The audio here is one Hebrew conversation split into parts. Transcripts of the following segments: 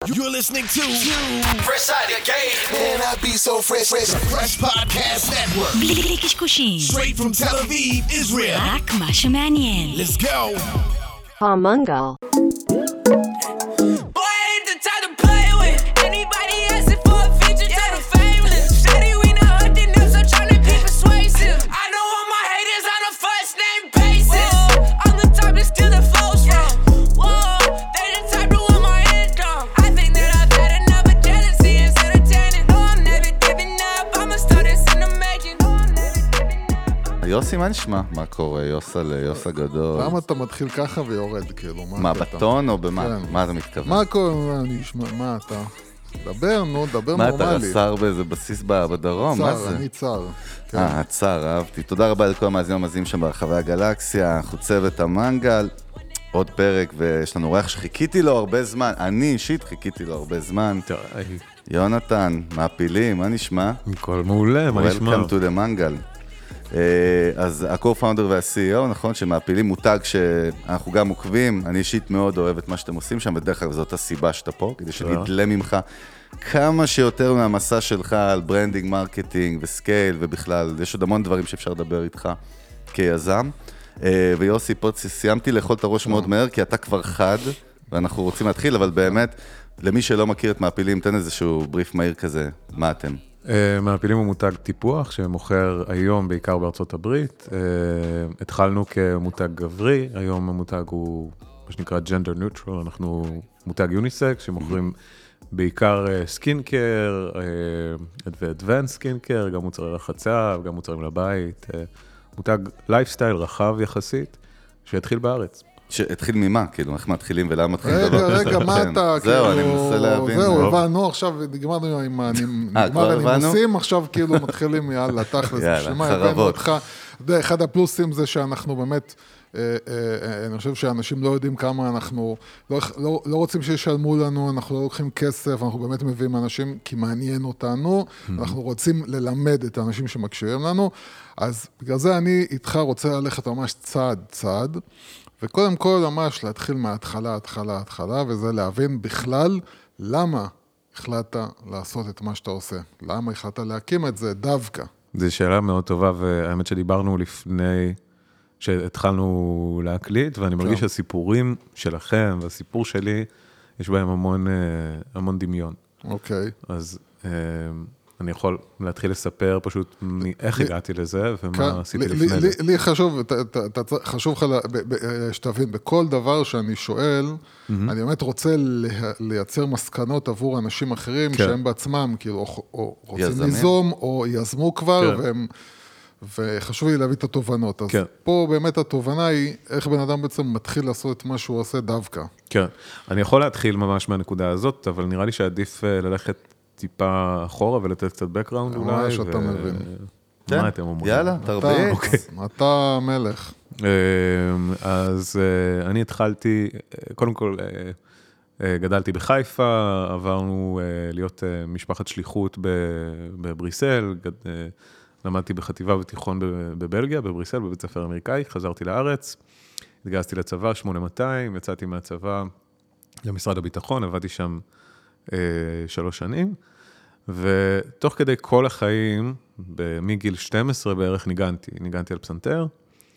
You're listening to Fresh Out the Gate. Man, I be so fresh. Fresh Podcast Network. בלי קשקושים. Straight from Tel Aviv, Israel. רק מה שמעניין. Let's go. Hamungal. Boy, ain't the type to play with. Anybody asking for a feature, tell the famous. Shawty, we not hunting them, so tryna be persuasive. I know all my haters on a first name basis. I'm the type to steal the flows from. Whoa, they the type to want my end on. I think that I've had enough of jealousy instead of tanning. No, I'm never giving up. I'ma start this in the making. No, I'm never giving up. יוסי, מה נשמע? מה קורה? יוס הגדול. למה אתה מתחיל ככה ויורד, כאילו? מה, בטון או במה? כן. מה אתה מתכוון? מה קורה? מה אתה? דבר נורמלי. מה, אתה רס"ר באיזה בסיס בדרום? מה זה? אני צר. צר, אהבתי. תודה רבה לכל המאזינים המאזינים שם ברחבי הגלקסיה, אנחנו צוות המנגל, עוד פרק, ויש לנו אורח שחיכיתי לו הרבה זמן, אני אישית חיכיתי לו הרבה זמן. יונתן, מעפילים, מה נשמע? הכל מעולה, מה נשמע? Welcome to the מנגל. אז ה-co-founder וה-CEO, נכון, שמעפילים מותג שאנחנו גם עוקבים, אני אישית מאוד אוהב את מה שאתם עושים שם, בדרך כלל זאת הסיבה שאתה פה, כדי שנדלה ממך כמה שיותר מהמסע שלך על ברנדינג, מרקטינג וסקייל, ובכלל, יש עוד המון דברים שאפשר לדבר איתך כיזם. ויוסי, פה סיימתי לאכול את הראש מאוד מהר, כי אתה כבר חד, ואנחנו רוצים להתחיל, אבל באמת, למי שלא מכיר את מעפילים, תן איזשהו בריף מהיר כזה, מה אתם? מעפילים הוא מותג טיפוח שמוכר היום בעיקר בארצות הברית. התחלנו כמותג גברי, היום המותג הוא מה שנקרא gender neutral, אנחנו מותג יוניסקס שמוכרים בעיקר סקינקר ו-advanced סקינקר, גם מוצרי רחצה וגם מוצרים לבית. מותג לייפסטייל רחב יחסית שהתחיל בארץ. שהתחיל ממה? כאילו, איך מתחילים ולמה מתחילים רגע, מה אתה? זהו, אני מנסה להבין. זהו, הבנו, עכשיו נגמרנו עם הנימוסים, עכשיו כאילו מתחילים, יאללה, תכלס. יאללה, חרבות. אחד הפלוסים זה שאנחנו באמת, אני חושב שאנשים לא יודעים כמה אנחנו, לא רוצים שישלמו לנו, אנחנו לא לוקחים כסף, אנחנו באמת מביאים אנשים כי מעניין אותנו, אנחנו רוצים ללמד את האנשים שמקשיבים לנו, אז בגלל זה אני איתך רוצה ללכת ממש צעד, וקודם כל ממש להתחיל מההתחלה, וזה להבין בכלל למה החלטת לעשות את מה שאתה עושה, למה החלטת להקים את זה דווקא. זו שאלה מאוד טובה, והאמת שדיברנו לפני שהתחלנו להקליט, ואני מרגיש שהסיפורים שלכם והסיפור שלי, יש בהם המון דמיון. אוקיי. אז אני יכול להתחיל לספר פשוט איך הגעתי לזה, ומה עשיתי לפני זה. לי חשוב לך שתבין, בכל דבר שאני שואל, אני באמת רוצה לייצר מסקנות עבור אנשים אחרים, שהם בעצמם, כאילו, או רוצים ליזום, או יזמו כבר, וחשוב לי להביא את התובנות. אז פה באמת התובנה היא, איך בן אדם בעצם מתחיל לעשות את מה שהוא עושה דווקא. כן, אני יכול להתחיל ממש מהנקודה הזאת, אבל נראה לי שעדיף ללכת טיפה אחורה ולתת קצת בקראונד אולי. מה שאתה מבין. מה אתם אומרים? יאללה, תרביץ. אתה מלך. אז אני התחלתי, קודם כל גדלתי בחיפה, עברנו להיות משפחת שליחות בבריסל, למדתי בחטיבה ותיכון בבלגיה, בבריסל, בבית ספר אמריקאי, חזרתי לארץ, התגייסתי לצבא, 8200, יצאתי מהצבא למשרד הביטחון, עבדתי שם 3 שנים, ותוך כדי כל החיים, מגיל 12 בערך ניגנתי על פסנתר,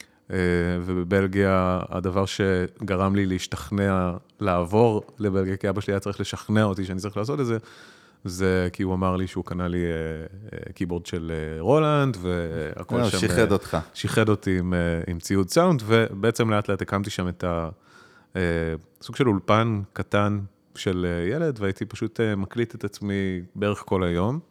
ובבלגיה הדבר שגרם לי להשתכנע, לעבור לבלגיה, כי אבא שלי היה צריך לשכנע אותי שאני צריך לעשות את זה, זה כי הוא אמר לי שהוא קנה לי קיבורד של רולנד, והכל שם... שיחד אותך. שיחד אותי עם ציוד סאונד, ובעצם לאט לאט הקמתי שם את הסוג של אולפן קטן, של ילד, והייתי פשוט מקליט את עצמי בערך כל היום.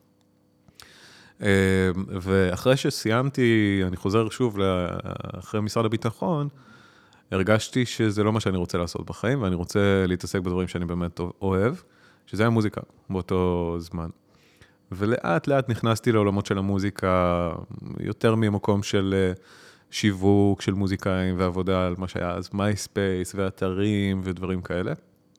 ואחרי שסיימתי, אני חוזר שוב אחרי משרד הביטחון, הרגשתי שזה לא מה שאני רוצה לעשות בחיים, ואני רוצה להתעסק בדברים שאני באמת אוהב, שזה היה מוזיקה באותו זמן. ולאט לאט נכנסתי לעולמות של המוזיקה, יותר ממקום של שיווק, של מוזיקאים ועבודה על מה שהיה אז MySpace ואתרים ודברים כאלה.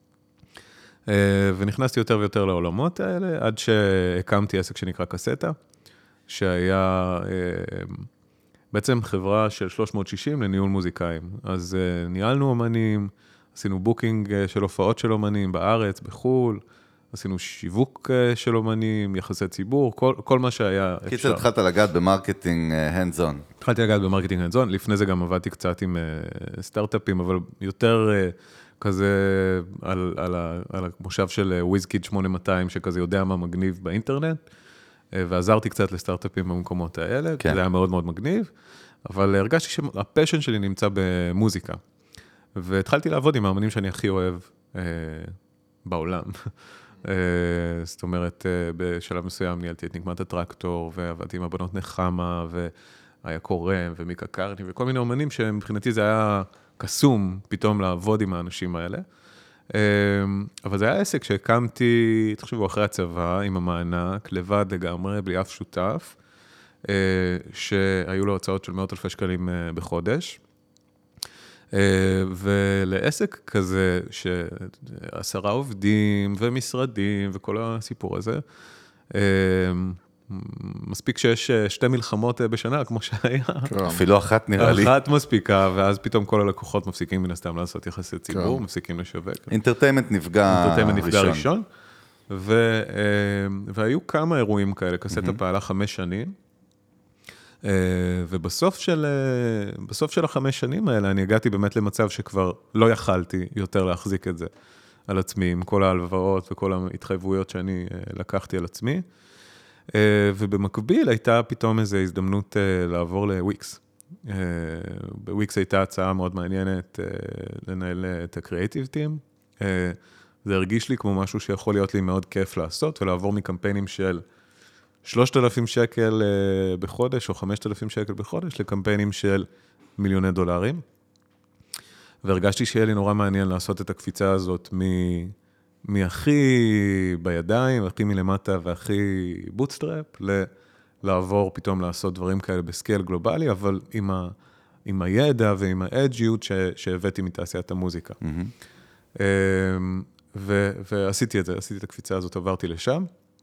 ונכנסתי יותר ויותר לעולמות האלה, עד שהקמתי עסק שנקרא קסטה, שהיה בעצם חברה של 360 לניהול מוזיקאים. אז ניהלנו אומנים, עשינו בוקינג של הופעות של אומנים בארץ, בחול, עשינו שיווק של אומנים, יחסי ציבור, כל מה שהיה אפשר. קיצר, התחלת לגעת במרקטינג hands on. התחלתי לגעת במרקטינג hands on, לפני זה גם עבדתי קצת עם סטארט-אפים, אבל יותר כזה על המושב של וויזקיד 8200, שכזה יודע מה מגניב באינטרנט, ועזרתי קצת לסטארט-אפים במקומות האלה, כן. זה היה מאוד מאוד מגניב, אבל הרגשתי שהפשן שלי נמצא במוזיקה, והתחלתי לעבוד עם האמנים שאני הכי אוהב בעולם. זאת אומרת, בשלב מסוים ניהלתי את נגמת הטרקטור, ועבדתי עם הבנות נחמה, והיה קורם, ומיקה קרני, וכל מיני אומנים שמבחינתי זה היה קסום פתאום לעבוד עם האנשים האלה. אבל זה היה עסק שהקמתי, תחשבו, אחרי הצבא, עם המענק, לבד לגמרי, בלי אף שותף, שהיו לו הוצאות של 100,000 שקלים בחודש. ולעסק כזה, ש10 עובדים ומשרדים וכל הסיפור הזה, מספיק שיש 2 מלחמות בשנה, כמו שהיה. אפילו אחת נראה לי. אחת מספיקה, ואז פתאום כל הלקוחות מפסיקים מן הסתם לעשות יחסי ציבור, מפסיקים לשווק. אינטרטיימנט נפגע ראשון. והיו כמה אירועים כאלה, קסטה פעלה 5 שנים, ובסוף של 5 שנים האלה, אני הגעתי באמת למצב שכבר לא יכלתי יותר להחזיק את זה על עצמי, עם כל ההלוואות וכל ההתחייבויות שאני לקחתי על עצמי. ובמקביל הייתה פתאום איזו הזדמנות לעבור לוויקס. בוויקס הייתה הצעה מאוד מעניינת לנהל את הקריאייטיב טים. זה הרגיש לי כמו משהו שיכול להיות לי מאוד כיף לעשות, ולעבור מקמפיינים של 3,000 שקל בחודש, או 5,000 שקל בחודש, לקמפיינים של מיליוני דולרים. והרגשתי שיהיה לי נורא מעניין לעשות את הקפיצה הזאת מהכי בידיים, הכי מלמטה והכי בוטסטראפ, לעבור פתאום לעשות דברים כאלה בסקייל גלובלי, אבל עם הידע ועם האג'יות שהבאתי מתעשיית המוזיקה. ועשיתי את זה, עשיתי את הקפיצה הזאת, עברתי לשם.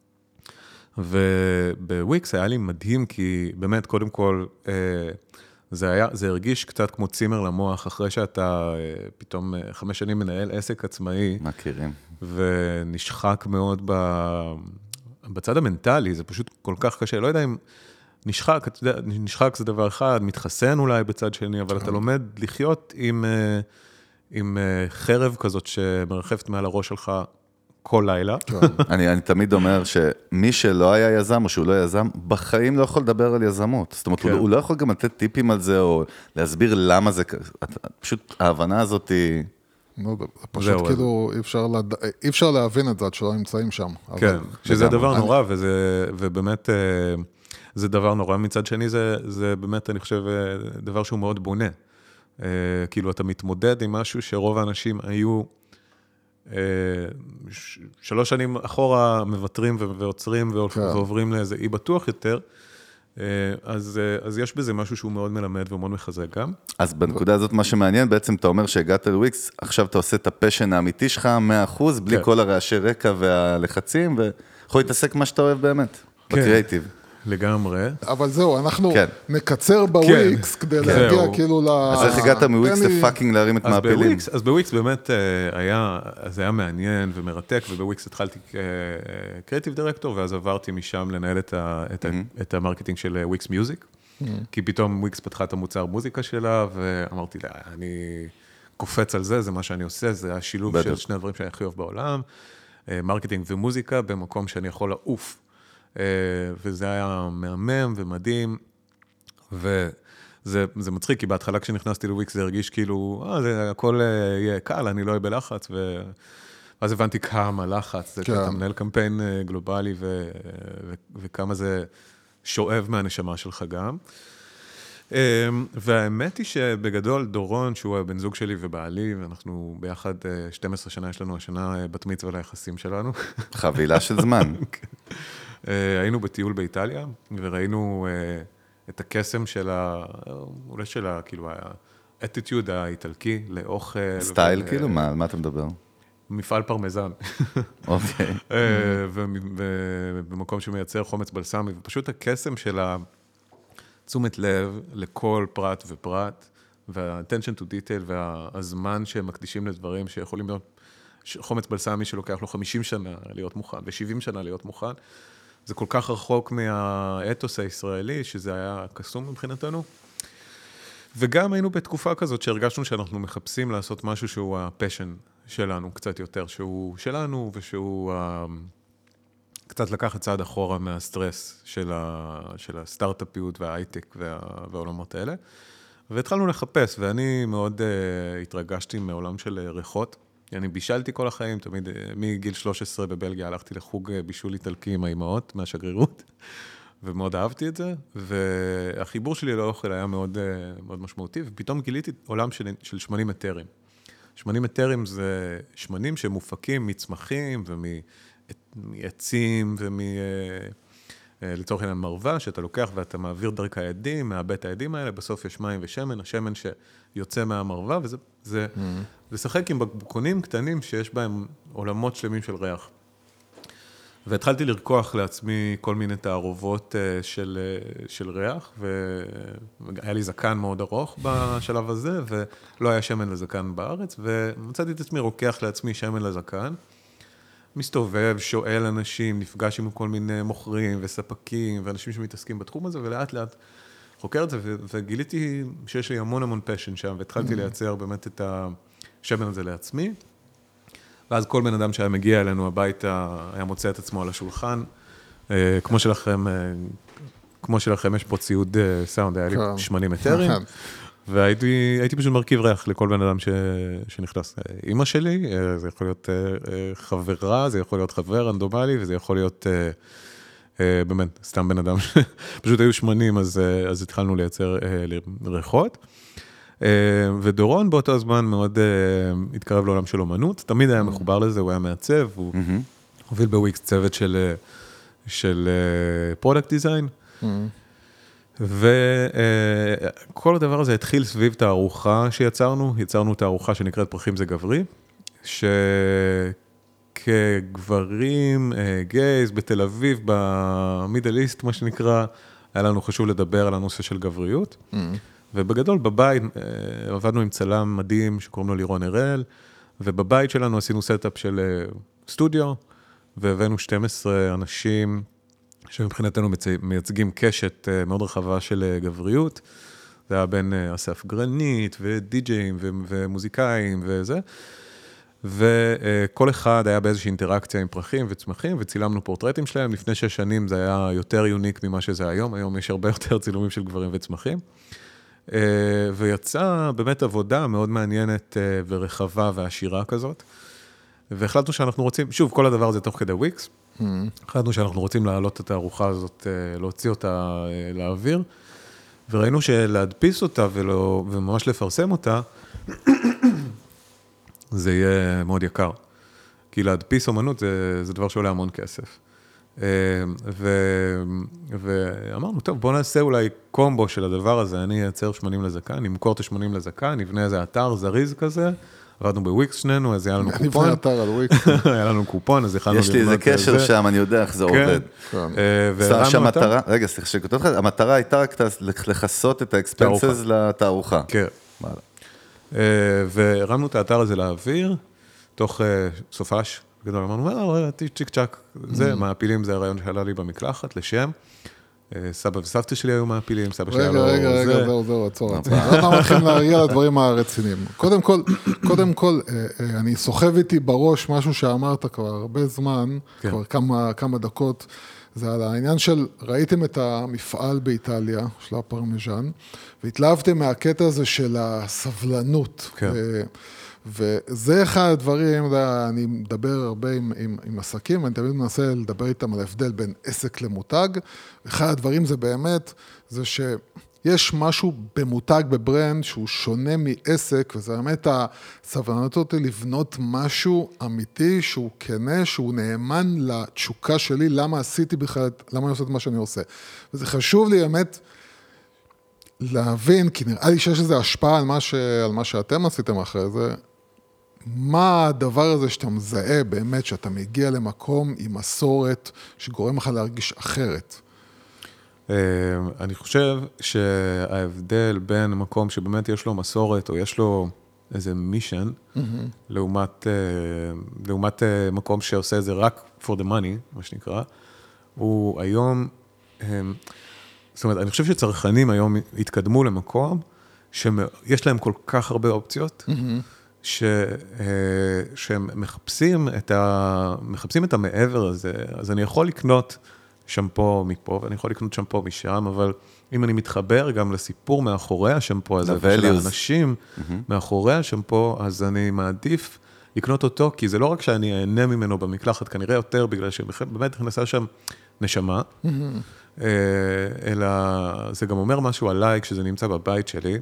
ובוויקס היה לי מדהים, כי באמת, קודם כל, זה הרגיש קצת כמו צימר למוח, אחרי שאתה פתאום 5 שנים מנהל עסק עצמאי. מכירים. ונשחק מאוד בצד המנטלי, זה פשוט כל כך קשה. לא יודע אם נשחק, אתה יודע, נשחק זה דבר אחד, מתחסן אולי בצד שני, אבל אתה לומד לחיות עם חרב כזאת שמרחפת מעל הראש שלך כל לילה. אני תמיד אומר שמי שלא היה יזם או שהוא לא יזם, בחיים לא יכול לדבר על יזמות. זאת אומרת, הוא לא יכול גם לתת טיפים על זה, או להסביר למה זה, פשוט ההבנה הזאת היא... פשוט כאילו אי אפשר להבין את זה עד שלא נמצאים שם. כן, שזה דבר נורא, ובאמת זה דבר נורא. מצד שני, זה באמת, אני חושב, דבר שהוא מאוד בונה. כאילו, אתה מתמודד עם משהו שרוב האנשים היו 3 שנים אחורה מבטרים ועוצרים ועוברים לאיזה אי בטוח יותר, אז יש בזה משהו שהוא מאוד מלמד ומאוד מחזק גם. אז בנקודה הזאת מה שמעניין, בעצם אתה אומר שהגעת לוויקס, עכשיו אתה עושה את הפשן האמיתי שלך 100%, בלי כל הרעשי רקע והלחצים, ויכול להתעסק מה שאתה אוהב באמת, בקריאייטיב. לגמרי. אבל זהו, אנחנו נקצר בוויקס כדי להגיע כאילו ל... אז איך הגעת מוויקס לפאקינג להרים את מעפילים? אז בוויקס באמת זה היה מעניין ומרתק, ובוויקס התחלתי קריאיטיב דירקטור, ואז עברתי משם לנהל את המרקטינג של וויקס מיוזיק, כי פתאום וויקס פתחה את המוצר מוזיקה שלה, ואמרתי לה, אני קופץ על זה, זה מה שאני עושה, זה השילוב של שני הדברים שאני הכי אוהב בעולם, מרקטינג ומוזיקה, במקום שאני יכול לעוף. וזה היה מהמם ומדהים, וזה מצחיק, כי בהתחלה כשנכנסתי לוויקס זה הרגיש כאילו, זה הכל יהיה קל, אני לא אהיה בלחץ, ואז הבנתי כמה לחץ, אתה מנהל קמפיין גלובלי, וכמה זה שואב מהנשמה שלך גם. והאמת היא שבגדול דורון, שהוא הבן זוג שלי ובעלי, ואנחנו ביחד 12 שנה, יש לנו השנה בת מצווה ליחסים שלנו. חבילה של זמן. היינו בטיול באיטליה, וראינו את הקסם של אולי של כאילו, האטיטיוד האיטלקי לאוכל. סטייל כאילו? מה אתה מדבר? מפעל פרמזן. אוקיי. ובמקום שמייצר חומץ בלסמי, ופשוט הקסם של תשומת לב לכל פרט ופרט, וה-attention to detail, והזמן שהם מקדישים לדברים שיכולים להיות חומץ בלסמי שלוקח לו 50 שנה להיות מוכן, ו70 שנה להיות מוכן. זה כל כך רחוק מהאתוס הישראלי, שזה היה קסום מבחינתנו. וגם היינו בתקופה כזאת שהרגשנו שאנחנו מחפשים לעשות משהו שהוא הפשן שלנו קצת יותר, שהוא שלנו ושהוא קצת לקח את צעד אחורה מהסטרס של הסטארט-אפיות וההייטק והעולמות האלה. והתחלנו לחפש, ואני מאוד התרגשתי מעולם של ריחות. אני בישלתי כל החיים, תמיד מגיל 13 בבלגיה הלכתי לחוג בישול איטלקי עם האימהות מהשגרירות, ומאוד אהבתי את זה, והחיבור שלי לאוכל היה מאוד, מאוד משמעותי, ופתאום גיליתי עולם של שמנים אתרים. שמנים אתרים זה שמנים שמופקים מצמחים ומעצים לצורך העניין מרווה, שאתה לוקח ואתה מעביר דרך העדים, מהבית העדים האלה, בסוף יש מים ושמן, השמן שיוצא מהמרווה, וזה לשחק עם בקבוקונים קטנים שיש בהם עולמות שלמים של ריח. והתחלתי לרקוח לעצמי כל מיני תערובות של ריח, והיה לי זקן מאוד ארוך בשלב הזה, ולא היה שמן לזקן בארץ, ומצאתי את עצמי רוקח לעצמי שמן לזקן, מסתובב, שואל אנשים, נפגש עם כל מיני מוכרים וספקים, ואנשים שמתעסקים בתחום הזה, ולאט לאט חוקר את זה, וגיליתי שיש לי המון המון פשן שם, והתחלתי לייצר באמת את השמן הזה לעצמי, ואז כל בן אדם שהיה מגיע אלינו הביתה, היה מוצא את עצמו על השולחן, כמו שלכם יש פה ציוד סאונד, היה לי שמנים אתרים, והייתי פשוט מרכיב ריח לכל בן אדם שנכנס. אמא שלי, זה יכול להיות חברה, זה יכול להיות חבר רנדומלי, וזה יכול להיות באמת סתם בן אדם, פשוט היו שמנים, אז התחלנו לייצר ריחות. ודורון באותו הזמן מאוד התקרב לעולם של אומנות, תמיד היה מחובר לזה, הוא היה מעצב, הוא הוביל בוויקס צוות של פרודקט דיזיין, וכל הדבר הזה התחיל סביב תערוכה שיצרנו, יצרנו תערוכה שנקראת פרחים זה גברי, שכגברים גייז בתל אביב, במידל איסט מה שנקרא, היה לנו חשוב לדבר על הנושא של גבריות, ובגדול בבית עבדנו עם צלם מדהים שקוראים לו לירון הראל, ובבית שלנו עשינו סטאפ של סטודיו, והבאנו 12 אנשים שמבחינתנו מייצגים קשת מאוד רחבה של גבריות, זה היה בין אסף גרנית ודי-ג'אים ומוזיקאים וזה, וכל אחד היה באיזושהי אינטראקציה עם פרחים וצמחים, וצילמנו פורטרטים שלהם, לפני 6 שנים זה היה יותר יוניק ממה שזה היום, היום יש הרבה יותר צילומים של גברים וצמחים, ויצאה באמת עבודה מאוד מעניינת ורחבה ועשירה כזאת, והחלטנו שאנחנו רוצים, שוב, כל הדבר הזה תוך כדי וויקס, החלטנו שאנחנו רוצים להעלות את הארוחה הזאת, להוציא אותה לאוויר, וראינו שלהדפיס אותה וממש לפרסם אותה, זה יהיה מאוד יקר. כי להדפיס אומנות זה דבר שעולה המון כסף. ואמרנו, טוב, בוא נעשה אולי קומבו של הדבר הזה, אני אייצר שמנים לזקן, נמכור את השמנים לזקן, נבנה איזה אתר זריז כזה, עבדנו בוויקס שנינו, אז היה לנו קופון. נבנה אתר על וויקס. היה לנו קופון, אז יכלנו יש לי איזה קשר שם, אני יודע איך זה עובד. שהמטרה, רגע, סליחה שכותב לך, המטרה הייתה רק לחסות את האקספנסס לתערוכה. כן. והרמנו את האתר הזה לאוויר, תוך סופש, גדול, אמרנו, צ'יק צ'ק, זה, מעפילים, זה הרעיון שעלה לי במקלחת, לשם. סבא וסבתא שלי היו מעפילים, סבא שלי היה לו... רגע, זהו, עצור. אנחנו מתחילים להגיע לדברים הרציניים. קודם כל, אני סוחב איתי בראש משהו שאמרת כבר הרבה זמן, כבר כמה דקות, זה על העניין של, ראיתם את המפעל באיטליה, של הפרמיז'ן, והתלהבתם מהקטע הזה של הסבלנות. וזה אחד הדברים, אני מדבר הרבה עם עסקים, אני תמיד מנסה לדבר איתם על ההבדל בין עסק למותג, אחד הדברים זה באמת, זה שיש משהו במותג, בברנד, שהוא שונה מעסק, וזה באמת הסבלנות אותי לבנות משהו אמיתי, שהוא כנה, שהוא נאמן לתשוקה שלי, למה עשיתי בכלל, למה אני עושה את מה שאני עושה. וזה חשוב לי באמת, להבין, כי נראה לי שיש איזו השפעה על מה שאתם עשיתם אחרי זה, מה הדבר הזה שאתה מזהה באמת, שאתה מגיע למקום עם מסורת, שגורם לך להרגיש אחרת? אני חושב שההבדל בין מקום שבאמת יש לו מסורת, או יש לו איזה מישן, לעומת מקום שעושה את זה רק for the money, מה שנקרא, הוא היום, זאת אומרת, אני חושב שצרכנים היום התקדמו למקום, שיש להם כל כך הרבה אופציות, שהם מחפשים את המעבר הזה, אז אני יכול לקנות שמפו מפה, ואני יכול לקנות שמפו משם, אבל אם אני מתחבר גם לסיפור מאחורי השמפו הזה, של האנשים מאחורי השמפו, אז אני מעדיף לקנות אותו, כי זה לא רק שאני אהנה ממנו במקלחת, כנראה יותר, בגלל שבאמת הכנסה שם נשמה, אלא זה גם אומר משהו עליי, כשזה נמצא בבית שלי,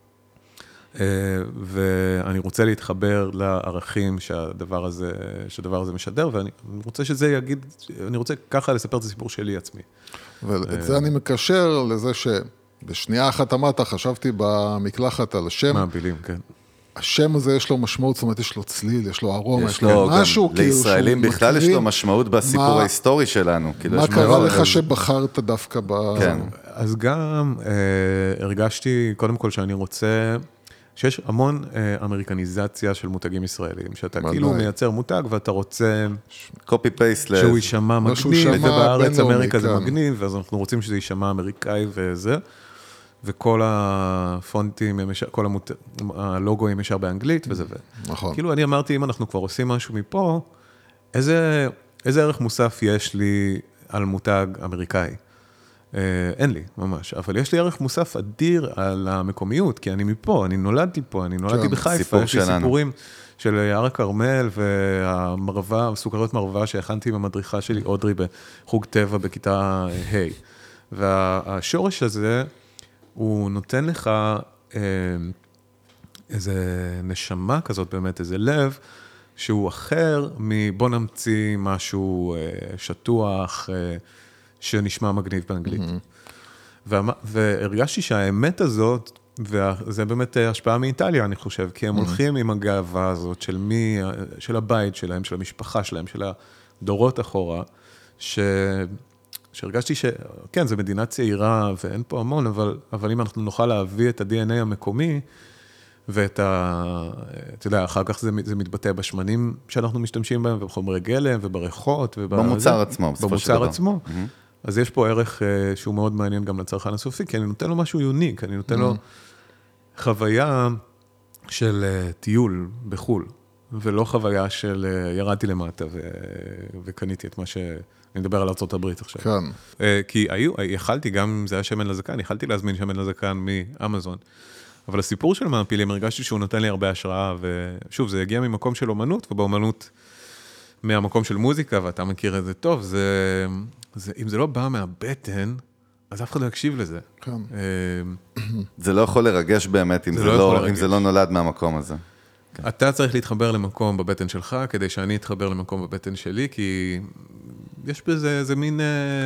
ואני רוצה להתחבר לערכים שהדבר הזה משדר, ואני רוצה שזה יגיד, אני רוצה ככה לספר את הסיפור שלי עצמי. ואת זה אני מקשר לזה שבשנייה אחת אמרת, חשבתי במקלחת על השם. מעפילים, כן. השם הזה יש לו משמעות, זאת אומרת, יש לו צליל, יש לו ארום, יש לו משהו. לישראלים בכלל יש לו משמעות בסיפור ההיסטורי שלנו. מה קרה לך שבחרת דווקא כן. אז גם הרגשתי, קודם כל, שאני רוצה, שיש המון אמריקניזציה של מותגים ישראלים, שאתה כאילו מייצר מותג ואתה רוצה קופי פייסט שהוא יישמע מגניב, וזה בארץ אמריקה זה מגניב, ואז אנחנו רוצים שזה יישמע אמריקאי וזה, וכל הפונטים, כל הלוגוים ישר באנגלית וזה. נכון. כאילו אני אמרתי, אם אנחנו כבר עושים משהו מפה, איזה ערך מוסף יש לי על מותג אמריקאי? אין לי, ממש. אבל יש לי ערך מוסף אדיר על המקומיות, כי אני מפה, אני נולדתי פה, אני נולדתי בחיפה, יש לי סיפורים של יער הכרמל והמרווה, סוכריות מרווה שהכנתי עם המדריכה שלי, אודרי, בחוג טבע בכיתה ה'. והשורש הזה, הוא נותן לך איזה נשמה כזאת באמת, איזה לב, שהוא אחר מבוא נמציא משהו שטוח, שנשמע מגניב באנגלית. והרגשתי שהאמת הזאת, וזה באמת השפעה מאיטליה, אני חושב, כי הם הולכים עם הגאווה הזאת של הבית שלהם, של המשפחה שלהם, של הדורות אחורה, שהרגשתי כן, זו מדינה צעירה, ואין פה המון, אבל אם אנחנו נוכל להביא את ה-DNA המקומי, אתה יודע, אחר כך זה מתבטא בשמנים שאנחנו משתמשים בהם, ובחומרי גלם, ובריחות, במוצר עצמו, במוצר עצמו. אז יש פה ערך שהוא מאוד מעניין גם לצרכן הסופי, כי אני נותן לו משהו יוניק, אני נותן לו חוויה של טיול בחול, ולא חוויה של ירדתי למטה וקניתי את מה אני מדבר על ארצות הברית עכשיו. כן. כי יכלתי, גם זה היה שמן לזקן, יכלתי להזמין שמן לזקן מאמזון. אבל הסיפור של מעפילים, הרגשתי שהוא נותן לי הרבה השראה, ושוב, זה הגיע ממקום של אומנות, ובאומנות מהמקום של מוזיקה, ואתה מכיר את זה טוב, אם זה לא בא מהבטן, אז אף אחד לא יקשיב לזה. כן. זה לא יכול לרגש באמת, אם זה לא נולד מהמקום הזה. אתה צריך להתחבר למקום בבטן שלך, כדי שאני אתחבר למקום בבטן שלי, כי יש בזה איזה מין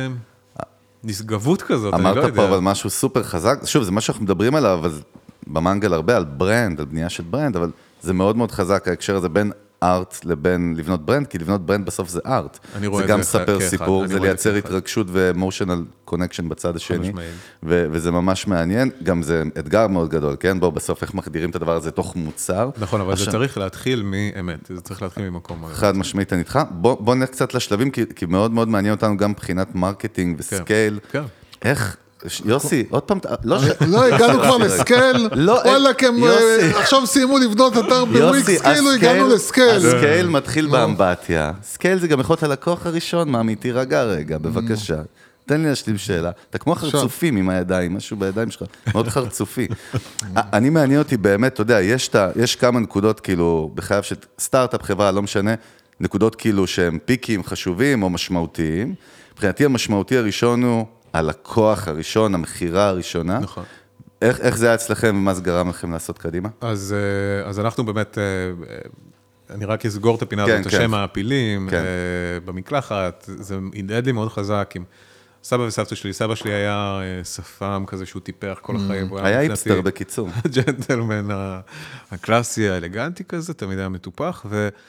נשגבות כזאת, אני לא יודע. אמרת פה אבל משהו סופר חזק, שוב, זה מה שאנחנו מדברים עליו, אבל במנגל הרבה על ברנד, על בנייה של ברנד, אבל זה מאוד מאוד חזק, ההקשר הזה בין ארט לבין לבנות ברנד, כי לבנות ברנד בסוף זה ארט. זה גם ספר סיפור, זה לייצר התרגשות ואמושיונל קונקשן בצד השני, וזה ממש מעניין, גם זה אתגר מאוד גדול, כן? בואו בסוף איך מחדירים את הדבר הזה תוך מוצר. נכון, אבל זה צריך להתחיל מאמת, זה צריך להתחיל ממקום. חד משמעית, אני איתך. בואו נלך קצת לשלבים, כי מאוד מאוד מעניין אותנו גם מבחינת מרקטינג וסקייל. איך... יוסי, עוד פעם, לא, הגענו כבר לסקייל, וואלה, עכשיו סיימו לבנות אתר בוויקס, כאילו הגענו לסקייל. הסקייל מתחיל באמבטיה, סקייל זה גם יכול להיות הלקוח הראשון, מאמי, תירגע רגע, בבקשה. תן לי להשלים שאלה, אתה כמו חרצופים עם הידיים, משהו בידיים שלך, מאוד חרצופי. אני מעניין אותי באמת, אתה יודע, יש כמה נקודות כאילו, בחייו של סטארט-אפ, חברה, לא משנה, נקודות כאילו שהם פיקים חשובים או משמעותיים. מבחינתי המשמעותי הראשון הוא הלקוח הראשון, המחירה הראשונה. נכון. איך זה היה אצלכם ומה זה גרם לכם לעשות קדימה? אז אנחנו באמת, אני רק אסגור את הפינה הזאת, השם העפילים, במקלחת, זה עידד לי מאוד חזק עם סבא וסבתא שלי. סבא שלי היה שפם כזה שהוא טיפח כל החיים. היה היפסטר בקיצור. הג'נטלמן הקלאסי, האלגנטי כזה, תמיד היה מטופח,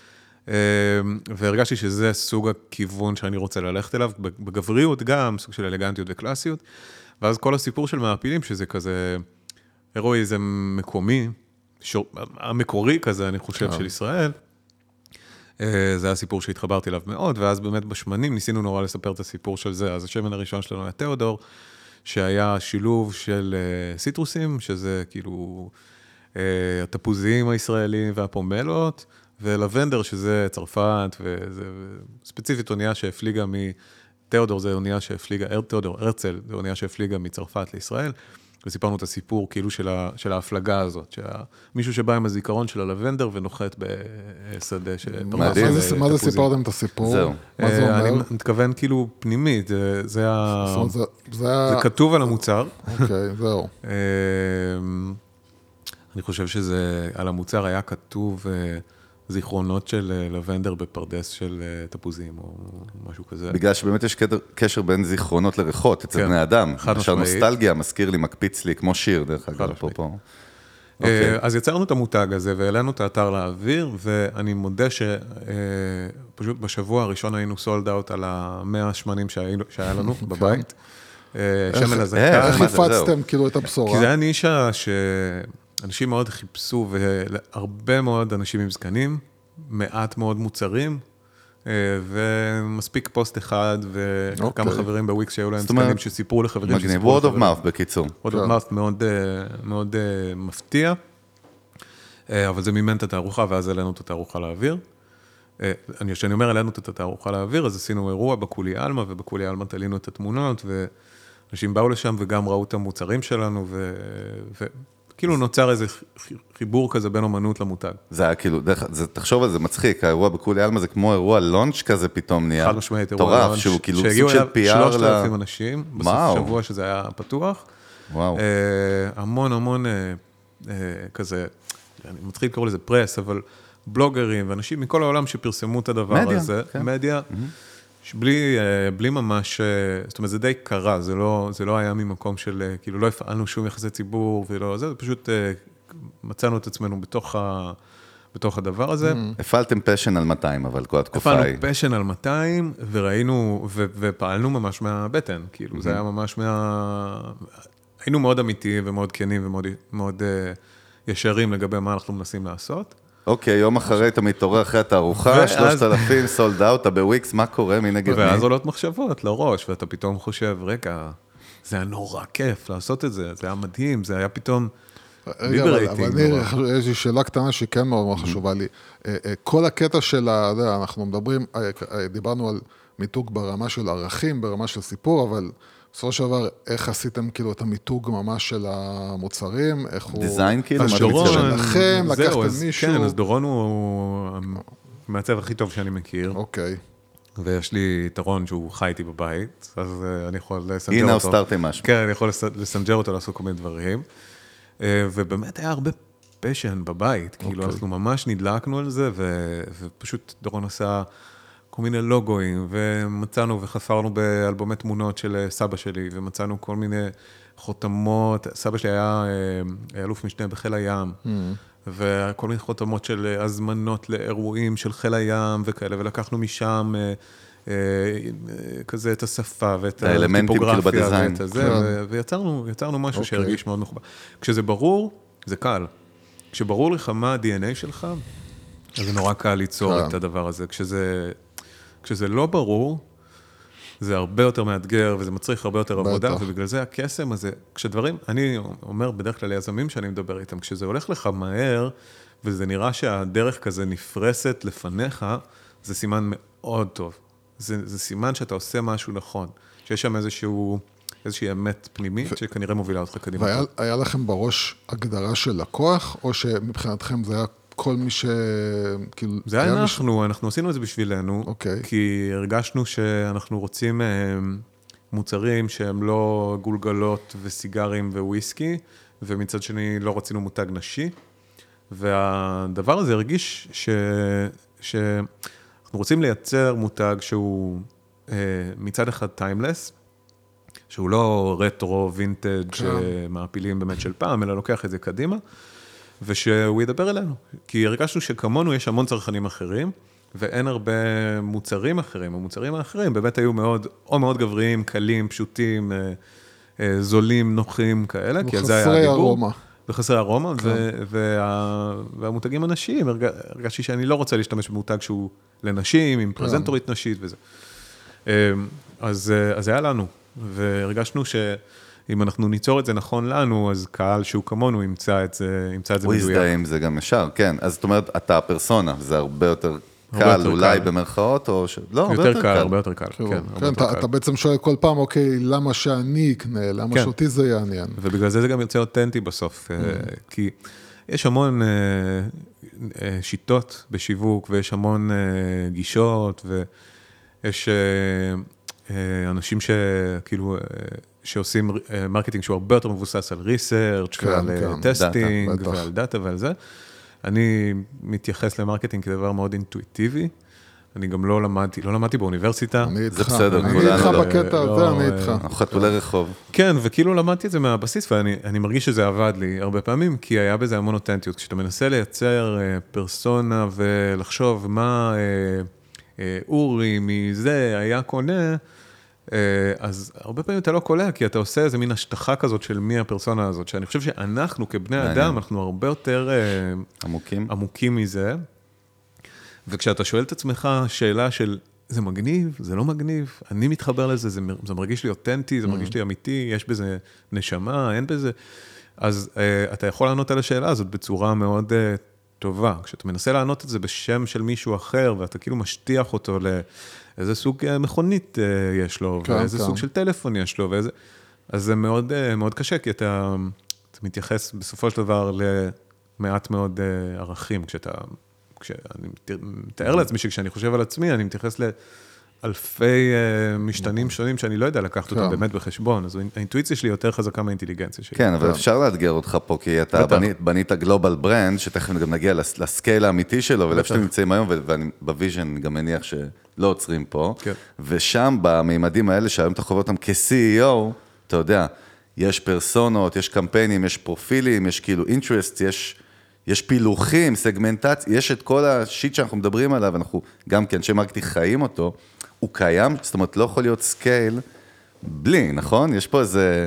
והרגשתי שזה סוג הכיוון שאני רוצה ללכת אליו, בגבריות גם, סוג של אלגנטיות וקלאסיות, ואז כל הסיפור של מעפילים, שזה כזה הרואיזם מקומי, המקורי כזה, אני חושב, של ישראל. זה היה סיפור שהתחברתי אליו מאוד, ואז באמת בשמנים ניסינו נורא לספר את הסיפור של זה. אז השמן הראשון שלנו היה תיאודור, שהיה שילוב של סיטרוסים, שזה כאילו התפוזים הישראלים והפומלות, ולבנדר, שזה צרפת, וספציפית אונייה שהפליגה תיאודור זה אונייה שהפליגה, תיאודור הרצל, זה אונייה שהפליגה מצרפת לישראל, וסיפרנו את הסיפור כאילו של ההפלגה הזאת, מישהו שבא עם הזיכרון של הלבנדר ונוחת בשדה של מדהים. מה זה סיפרתם את הסיפור? זהו. מה זה אומר? אני מתכוון כאילו פנימית, זה כתוב על המוצר. אוקיי, זהו. אני חושב שזה, על המוצר היה כתוב זיכרונות של לבנדר בפרדס של תפוזים, או משהו כזה. בגלל שבאמת יש קשר בין זיכרונות לריחות, אצל בני אדם. למשל נוסטלגיה, מזכיר לי, מקפיץ לי, כמו שיר, דרך אגב, פה. אז יצרנו את המותג הזה, והעלינו את האתר לאוויר, ואני מודה שפשוט בשבוע הראשון היינו סולד אאוט על 100 שמנים שהיה לנו בבית. שמן הזקן. איך הפצתם כאילו את הבשורה? כי זה היה נישה אנשים מאוד חיפשו, והרבה מאוד אנשים עם זקנים, מעט מאוד מוצרים, ומספיק פוסט אחד, וכמה חברים בוויקס שהיו להם זקנים שסיפרו לחברים שסיפרו לחברים. word of mouth בקיצור. word of mouth מאוד מפתיע, אבל זה מימן את התערוכה, ואז העלינו את התערוכה לאוויר. כשאני אומר העלינו את התערוכה לאוויר, אז עשינו אירוע בקולי אלמה, ובקולי אלמה תלינו את התמונות, ואנשים באו לשם וגם ראו את המוצרים שלנו, כאילו נוצר איזה חיבור כזה בין אומנות למותג. זה היה כאילו, תחשוב על זה מצחיק, האירוע בקולי אלמה זה כמו אירוע לונץ' כזה פתאום נהיה. חד משמעית, אירוע לונץ', שהוא כאילו סוג של PR 3,000 אנשים, בסוף שבוע שזה היה פתוח. וואו. המון כזה, אני מתחיל לקרוא לזה פרס, אבל בלוגרים ואנשים מכל העולם שפרסמו את הדבר הזה, מדיה, בלי ממש, זאת אומרת, זה די קרה, זה לא היה ממקום של, כאילו לא הפעלנו שום יחסי ציבור, ולא, זה פשוט מצאנו את עצמנו בתוך הדבר הזה. הפעלתם פשן על 200, אבל כל התקופה היא. הפעלנו פשן על 200, וראינו, ופעלנו ממש מהבטן, כאילו, זה היה ממש היינו מאוד אמיתיים ומאוד כנים ומאוד ישרים לגבי מה אנחנו מנסים לעשות. אוקיי, יום אחרי אתה מתעורר אחרי התערוכה, 3,000 סולד אאוט, אתה בוויקס, מה קורה? מי נגד מי? ואז עולות מחשבות לראש, ואתה פתאום חושב, רגע, זה היה נורא כיף לעשות את זה, זה היה מדהים, זה היה פתאום ליברייטינג. אבל יש לי שאלה קטנה שכן מאוד מאוד חשובה לי. כל הקטע של, אנחנו מדברים, דיברנו על מיתוג ברמה של ערכים, ברמה של סיפור, אבל בסופו של דבר, איך עשיתם כאילו את המיתוג ממש של המוצרים, איך הוא... דיזיין כאילו? דורון, שלכם, לקחתם מישהו? כן, אז דורון הוא המעצב הכי טוב שאני מכיר. אוקיי. ויש לי יתרון שהוא חי איתי בבית, אז אני יכול לסנג'ר הנה, אותו. הוא סטארטי משהו. כן, אני יכול לסנג'ר אותו לעשות כל מיני דברים. ובאמת היה הרבה פשן בבית, כאילו אנחנו ממש נדלקנו על זה, ופשוט דורון עשה כל מיני לוגויים, ומצאנו וחפרנו באלבומי תמונות של סבא שלי, ומצאנו כל מיני חותמות, סבא שלי היה אלוף משנה בחיל הים, וכל מיני חותמות של הזמנות לאירועים של חיל הים וכאלה, ולקחנו משם כזה את השפה ואת הטיפוגרפיה ואת זה, ויצרנו משהו שהרגיש מאוד מחובר. כשזה ברור, זה קל. כשברור לך מה ה-DNA שלך, אז זה נורא קל ליצור את הדבר הזה. כשזה לא ברור, זה הרבה יותר מאתגר, וזה מצריך הרבה יותר עבודה, ובגלל זה הקסם הזה, כשדברים, אני אומר בדרך כלל ליזמים שאני מדבר איתם, כשזה הולך לך מהר, וזה נראה שהדרך כזה נפרסת לפניך, זה סימן מאוד טוב. זה סימן שאתה עושה משהו נכון, שיש שם איזושהי אמת פנימית, שכנראה מובילה אותך קדימה. והיה לכם בראש הגדרה של לקוח, או שמבחינתכם זה היה כל מי ש... זה היה אנחנו עשינו את זה בשבילנו, כי הרגשנו שאנחנו רוצים מוצרים שהם לא גולגלות וסיגרים וויסקי, ומצד שני לא רצינו מותג נשי, והדבר הזה הרגיש שאנחנו רוצים לייצר מותג שהוא מצד אחד טיימלס, שהוא לא רטרו, וינטג' מעפילים באמת של פעם, אלא לוקח את זה קדימה, ושהוא ידבר אלינו. כי הרגשנו שכמונו יש המון צרכנים אחרים, ואין הרבה מוצרים אחרים. המוצרים האחרים באמת היו מאוד גבריים, קלים, פשוטים, זולים, נוחים, כאלה, כי על זה היה הדיבור. וחסרי ארומה, והמותגים הנשיים, הרגשתי שאני לא רוצה להשתמש במותג שהוא לנשים, עם פרזנטורית נשית וזה. אז היה לנו, והרגשנו שאם אנחנו ניצור את זה נכון לנו, אז קהל שהוא כמונו ימצא את זה מדויק. הוא יזדהה עם זה גם ישר, כן. אז זאת אומרת, אתה הפרסונה, זה הרבה יותר קל, אולי במרכאות, או לא, יותר קל, הרבה יותר קל. כן, אתה בעצם שואל כל פעם, אוקיי, למה שאני אקנה, למה שאותי זה יעניין. ובגלל זה גם יוצא אותנטי בסוף, כי יש המון שיטות בשיווק, ויש המון גישות, ויש אנשים שכאילו, שעושים מרקטינג שהוא הרבה יותר מבוסס על ריסרצ' ועל טסטינג ועל דאטה ועל זה. אני מתייחס למרקטינג כדבר מאוד אינטואיטיבי. אני גם לא למדתי באוניברסיטה. זה בסדר. אני איתך בקטע הזה, אני איתך. חתולי רחוב. כן, וכאילו למדתי את זה מהבסיס, ואני מרגיש שזה עבד לי הרבה פעמים, כי היה בזה המון אותנטיות. כשאתה מנסה לייצר פרסונה ולחשוב מה אורי מזה היה קונה, אז הרבה פעמים אתה לא קולע, כי אתה עושה איזה מין השטחה כזאת של מי הפרסונה הזאת, שאני חושב שאנחנו כבני אדם, אנחנו הרבה יותר עמוקים מזה, וכשאתה שואל את עצמך שאלה של, זה מגניב, זה לא מגניב, אני מתחבר לזה, זה מרגיש לי אותנטי, זה מרגיש לי אמיתי, יש בזה נשמה, אין בזה, אז אתה יכול לענות על השאלה הזאת בצורה מאוד טובה, כשאתה מנסה לענות את זה בשם של מישהו אחר, ואתה כאילו משטיח אותו איזה סוג מכונית יש לו, ואיזה סוג של טלפון יש לו, אז זה מאוד, מאוד קשה, כי אתה מתייחס בסופו של דבר למעט מאוד ערכים, כשאני מתאר לעצמי שכשאני חושב על עצמי, אני מתייחס לאלפי משתנים שונים, שאני לא יודע לקחת אותם באמת בחשבון, אז האינטואיציה שלי יותר חזקה מהאינטליגנציה שלי. כן, אבל אפשר לאתגר אותך פה, כי אתה בנית גלובל ברנד, שתכף גם נגיע לסקייל האמיתי שלו, ולאיפה שאתם נמצאים היום, ובוויז'ן גם מניח שלא עוצרים פה, ושם במימדים האלה, שהיום אתה חווה אותם כ-CEO, אתה יודע, יש פרסונות, יש קמפיינים, יש פרופילים, יש כאילו אינטרסט, יש פילוחים, סגמנטציה, יש את כל השיט שאנחנו מדברים עליו, אנחנו גם כאנשי מרקטינג חיים אותו, הוא קיים, זאת אומרת, לא יכול להיות סקייל בלי, נכון? יש פה איזה...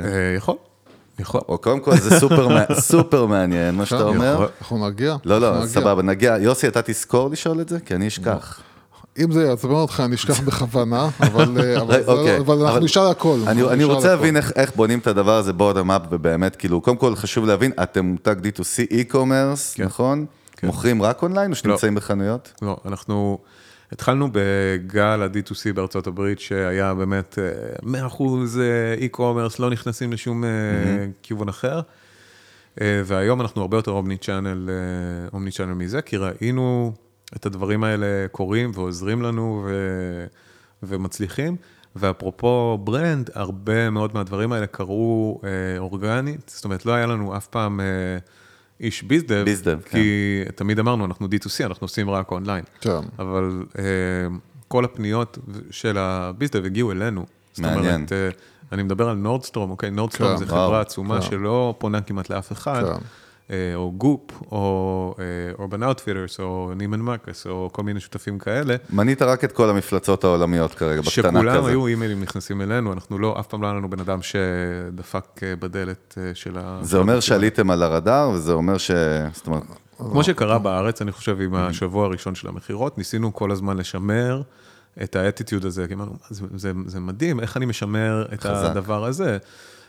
יכול. או קודם כל, זה סופר מעניין, מה שאתה אומר. אנחנו נגיע. לא, סבבה, נגיע. יוסי, אתה תזכור לשאול את זה? כי אני אשכח. אם זה יעצבן אותך, אני אשכח בכוונה, אבל אנחנו נשאל הכל. אני רוצה להבין איך בונים את הדבר הזה בורדם אפ, ובאמת, כאילו, קודם כל חשוב להבין, אתם מותג D2C e-commerce, נכון? מוכרים רק אונליין, או שנמצאים בחנויות? לא, אנחנו התחלנו בגל ה-D2C בארצות הברית, שהיה באמת 100% e-commerce, לא נכנסים לשום כיוון אחר, והיום אנחנו הרבה יותר אומני צ'אנל מזה, כי ראינו את הדברים האלה קורים ועוזרים לנו ומצליחים, ואפרופו ברנד, הרבה מאוד מהדברים האלה קרו אורגנית, זאת אומרת, לא היה לנו אף פעם איש ביזדב, כי תמיד אמרנו, אנחנו D2C, אנחנו עושים רק אונליין, אבל כל הפניות של הביזדב הגיעו אלינו, זאת אומרת, אני מדבר על נורדסטרום, אוקיי, נורדסטרום זה חברה עצומה שלא פונה כמעט לאף אחד, או גופ, או אורבן אאוטפיטרס, או נימן מרקס, או כל מיני שותפים כאלה. מנית רק את כל המפלצות העולמיות כרגע, בקטנה כזה. שכולם היו אימיילים נכנסים אלינו, אנחנו לא, אף פעם לא היה לנו בן אדם שדפק בדלת של ה... זה אומר שעליתם על הרדאר, וזה אומר ש... כמו שקרה בארץ, אני חושב, עם השבוע הראשון של המחירות, ניסינו כל הזמן לשמר את האטיטיוד הזה, כי אמרנו, זה מדהים, איך אני משמר את הדבר הזה.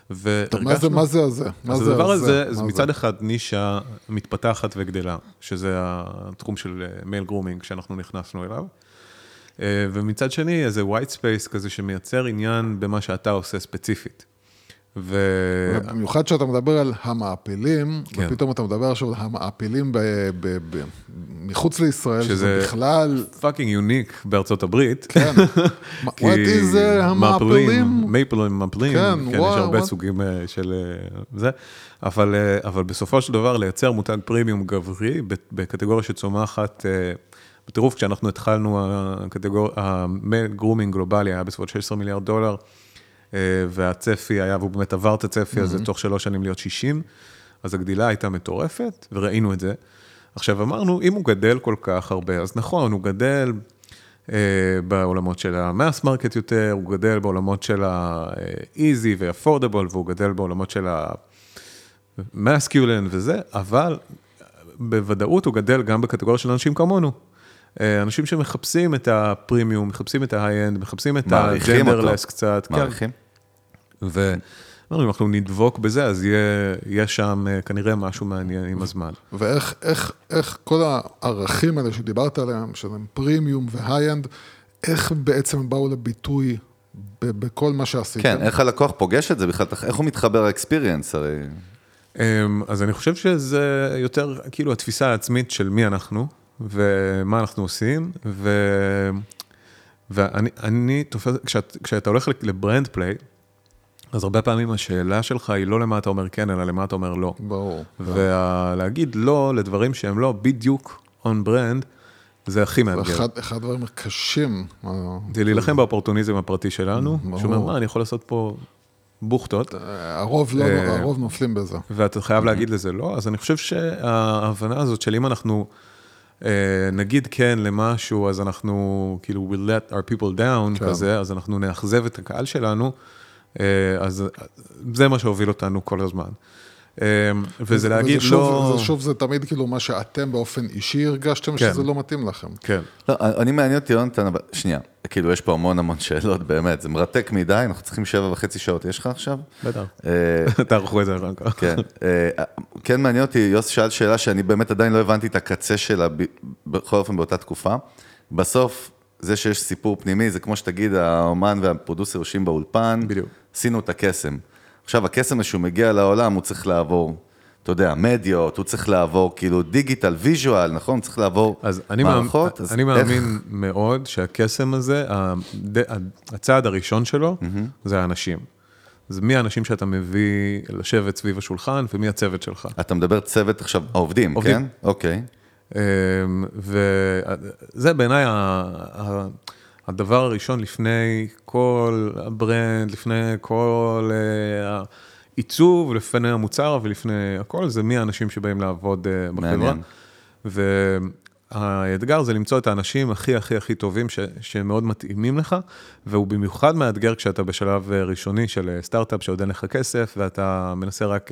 מה זה הזה? אז הדבר הזה, זה מצד אחד נישה מתפתחת וגדלה, שזה התחום של מייל גרומינג שאנחנו נכנסנו אליו, ומצד שני איזה white space כזה שמייצר עניין במה שאתה עושה ספציפית. במיוחד שאתה מדבר על המעפילים, ופתאום אתה מדבר עכשיו על המעפילים מחוץ לישראל, שזה בכלל... פאקינג יוניק בארצות הברית. כן. What is המעפילים? מעפילים, כן, יש הרבה סוגים של זה, אבל בסופו של דבר לייצר מותג פרימיום גברי, בקטגוריה שצומחת... בטירוף, כשאנחנו התחלנו, המייל גרומינג גלובלי היה בסביבות $16 מיליארד, והצפי היה, והוא באמת עבר את הצפי הזה תוך 3 שנים להיות 60, אז הגדילה הייתה מטורפת, וראינו את זה. עכשיו אמרנו, אם הוא גדל כל כך הרבה, אז נכון, הוא גדל בעולמות של המאס מרקט יותר, הוא גדל בעולמות של ה-easy ו-affordable, והוא גדל בעולמות של מסקיולן וזה, אבל בוודאות הוא גדל גם בקטגוריה של אנשים כמונו. אנשים שמחפשים את הפרימיום, מחפשים את ההיי-אנד, מחפשים את הג'נדרלס קצת. מעריכים. אם אנחנו נדבוק בזה, אז יהיה שם כנראה משהו מעניין עם הזמן. ואיך כל הערכים האלה שדיברת עליהם, שהם פרימיום והיי-אנד, איך בעצם באו לביטוי בכל מה שעשיתם? כן, איך הלקוח פוגש את זה בכלל, איך הוא מתחבר לאקספיריאנס הרי? אז אני חושב שזה יותר כאילו התפיסה העצמית של מי אנחנו, ומה אנחנו עושים, ואני תופס, כשאתה הולך לברנד פליי, אז הרבה פעמים השאלה שלך היא לא למה אתה אומר כן, אלא למה אתה אומר לא. ברור. ולהגיד לא לדברים שהם לא בדיוק on brand, זה הכי מאתגר. זה אחד הדברים הקשים. זה להילחם באופורטוניזם הפרטי שלנו, שאומר, מה, אני יכול לעשות פה בוכטות. הרוב נופלים בזה. ואתה חייב להגיד לזה לא, אז אני חושב שההבנה הזאת של אם אנחנו נגיד כן למשהו, אז אנחנו כאילו we'll let our people down כזה, אז אנחנו נאכזב את הקהל שלנו, אז זה מה שהוביל אותנו כל הזמן. וזה להגיד לא... שוב, זה תמיד כאילו מה שאתם באופן אישי הרגשתם שזה לא מתאים לכם. כן. לא, אני מעניין אותי, יונתן, אבל שנייה, כאילו יש פה המון שאלות, באמת, זה מרתק מדי, אנחנו צריכים 7.5 שעות, יש לך עכשיו? בטח. תערכו את זה אחר כך. כן. כן מעניין אותי, יוס שאל שאלה שאני באמת עדיין לא הבנתי את הקצה שלה, בכל אופן באותה תקופה. בסוף, זה שיש סיפור פנימי, זה כמו שתגיד, האומן והפרודוסר יושבים באולפן, בדיוק. עשינו את הקסם. עכשיו, הקסם שהוא מגיע לעולם, הוא צריך לעבור, אתה יודע, מדיות, הוא צריך לעבור כאילו דיגיטל, ויז'ואל, נכון? הוא צריך לעבור מערכות. אני מאמין מאוד שהקסם הזה, הצעד הראשון שלו, זה האנשים. זה מי האנשים שאתה מביא לשבת סביב השולחן, ומי הצוות שלך. אתה מדבר צוות עכשיו, העובדים, כן? אוקיי. וזה בעיניי הדבר הראשון לפני כל הברנד, לפני כל העיצוב, לפני המוצר ולפני הכל, זה מי האנשים שבאים לעבוד בחברה. והאתגר זה למצוא את האנשים הכי טובים שמאוד מתאימים לך, והוא במיוחד מאתגר כשאתה בשלב ראשוני של סטארט-אפ שעוד אין לך כסף, ואתה מנסה רק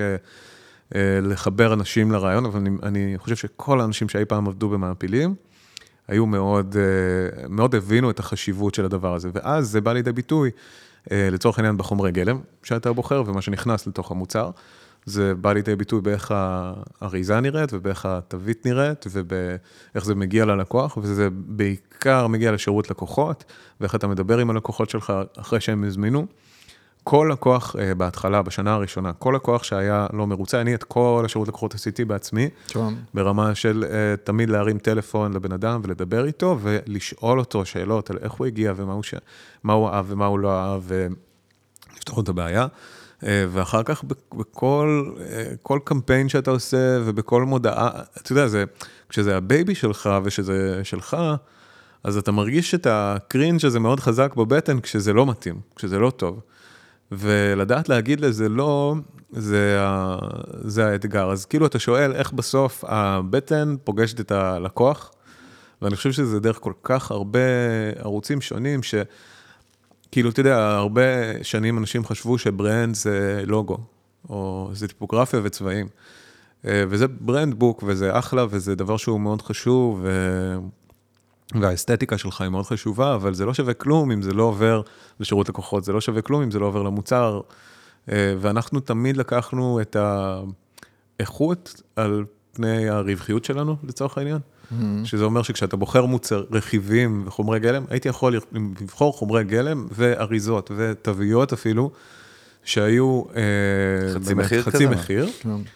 לחבר אנשים לרעיון, אבל אני חושב שכל האנשים שאי פעם עבדו במעפילים, היו מאוד הבינו את החשיבות של הדבר הזה, ואז זה בא לידי ביטוי, לצורך העניין בחומרי גלם, שאתה בוחר, ומה שנכנס לתוך המוצר, זה בא לידי ביטוי באיך האריזה נראית, ובאיך התווית נראית, ובאיך זה מגיע ללקוח, וזה בעיקר מגיע לשירות לקוחות, ואיך אתה מדבר עם הלקוחות שלך אחרי שהם הזמינו. כל לקוח בהתחלה, בשנה הראשונה, כל לקוח שהיה לא מרוצה, אני את כל השירות לקוחות עשיתי בעצמי, ברמה של תמיד להרים טלפון לבן אדם ולדבר איתו, ולשאול אותו שאלות על איך הוא הגיע ומה הוא אהב ומה הוא לא אהב, ולפתור את הבעיה. ואחר כך בכל קמפיין שאתה עושה, ובכל מודעה, אתה יודע, כשזה הבייבי שלך ושזה שלך, אז אתה מרגיש את הקרינג' הזה מאוד חזק בבטן, כשזה לא מתאים, כשזה לא טוב. ולדעת להגיד לזה לא, זה האתגר. אז כאילו אתה שואל איך בסוף הבטן פוגשת את הלקוח, ואני חושב שזה דרך כל כך הרבה ערוצים שונים, שכאילו, אתה יודע, הרבה שנים אנשים חשבו שברנד זה לוגו, או זה טיפוגרפיה וצבעים. וזה ברנד בוק, וזה אחלה, וזה דבר שהוא מאוד חשוב, והאסתטיקה שלך היא מאוד חשובה, אבל זה לא שווה כלום אם זה לא עובר לשירות לקוחות, זה לא שווה כלום אם זה לא עובר למוצר, ואנחנו תמיד לקחנו את האיכות על פני הרווחיות שלנו, לצורך העניין, שזה אומר שכשאתה בוחר מוצר רכיבים וחומרי גלם, הייתי יכול לבחור חומרי גלם ואריזות ותוויות אפילו, שהיו חצי מחיר,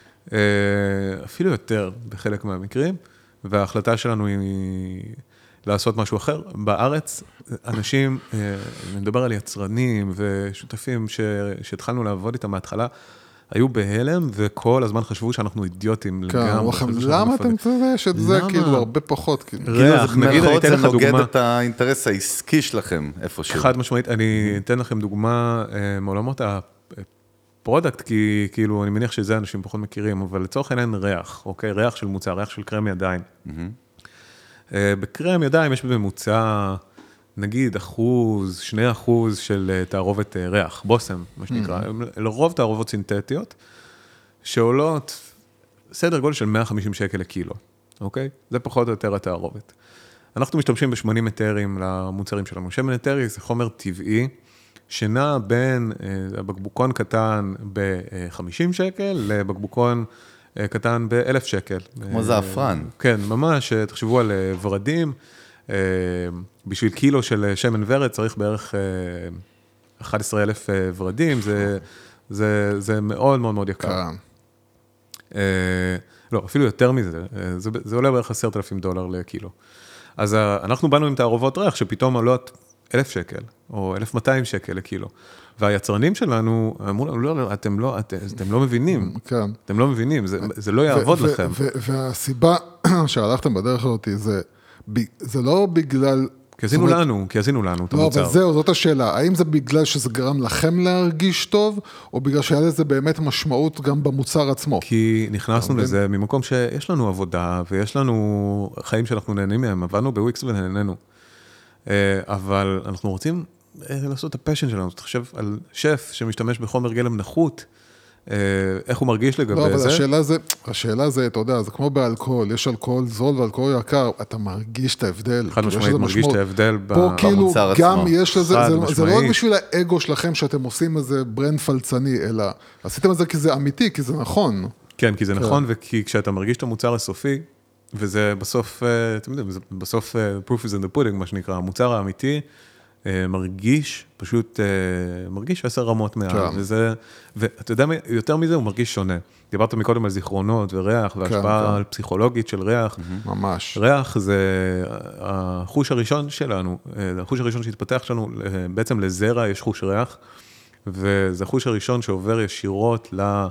אפילו יותר בחלק מהמקרים, וההחלטה שלנו היא לעשות משהו אחר. בארץ, אנשים, אני מדבר על יצרנים ושותפים שהתחלנו לעבוד איתם מההתחלה, היו בהלם, וכל הזמן חשבו שאנחנו אידיוטים. למה אתם צריכים שאת זה כאילו הרבה פחות? ריח, נגיד, אני אתן לך דוגמה. זה נוגד את האינטרס העסקי שלכם, איפשהו. חד משמעית, אני אתן לכם דוגמה מעולמות הפרודקט, כי כאילו, אני מניח שזה אנשים פחות מכירים, אבל לצורך העניין ריח, אוקיי? ריח של מוצר, ריח של קרם ידיים. בקרם ידיים יש בממוצע, נגיד 1%, 2% של תערובת ריח, בוסם, מה שנקרא. לרוב תערובות סינתטיות, שעולות סדר גודל של 150 שקל לקילו, אוקיי? זה פחות או יותר התערובת. אנחנו משתמשים ב-80 היתרים למוצרים שלנו. שמן היתרי זה חומר טבעי, שנע בין בקבוקון קטן ב-50 שקל, לבקבוקון קטן ב-1,000 שקל. כמו זעפרן. כן, ממש, תחשבו על ורדים, בשביל קילו של שמן ורד צריך בערך 11,000 ורדים, זה מאוד מאוד מאוד יקר. לא, אפילו יותר מזה, זה עולה בערך $10,000 לקילו. אז אנחנו באנו עם תערובות ריח שפתאום עולות 1,000 שקל, או 1,200 שקל לקילו. והיצרנים שלנו אמרו לנו, לא, אתם לא מבינים. כן. אתם לא מבינים, זה לא יעבוד לכם. והסיבה שהלכתם בדרך הזאת, זה לא בגלל... כי עשינו לנו את המוצר. לא, אבל זהו, זאת השאלה. האם זה בגלל שזה גרם לכם להרגיש טוב, או בגלל שהיה לזה באמת משמעות גם במוצר עצמו? כי נכנסנו לזה ממקום שיש לנו עבודה, ויש לנו חיים שאנחנו נהנים מהם. עבדנו בוויקס ונהנינו. אבל אנחנו רוצים לעשות את הפשן שלנו. תחשב על שף שמשתמש בחומר גלם נחות, איך הוא מרגיש לגבי זה? לא, אבל השאלה זה, אתה יודע, זה כמו באלכוהול, יש אלכוהול זול ואלכוהול יקר, אתה מרגיש את ההבדל. חד משמעית מרגיש את ההבדל פה כאילו גם יש לזה, זה לא רק בשביל האגו שלכם שאתם עושים איזה ברנד פלצני, אלא עשיתם את זה כי זה אמיתי, כי זה נכון. כן, כי זה נכון, וכי כשאתה מרגיש את המוצר הסופי, וזה בסוף, אתם יודעים, בסוף proof is in the pudding, מה שנקרא, המוצר האמיתי, מרגיש, פשוט מרגיש 10 רמות מעל, ואתה יודע, יותר מזה הוא מרגיש שונה. דיברת מקודם על זיכרונות וריח, והשפעה על פסיכולוגית של ריח. ממש. ריח זה החוש הראשון שלנו, החוש הראשון שהתפתח שלנו, בעצם לזרע יש חוש ריח, וזה החוש הראשון שעובר ישירות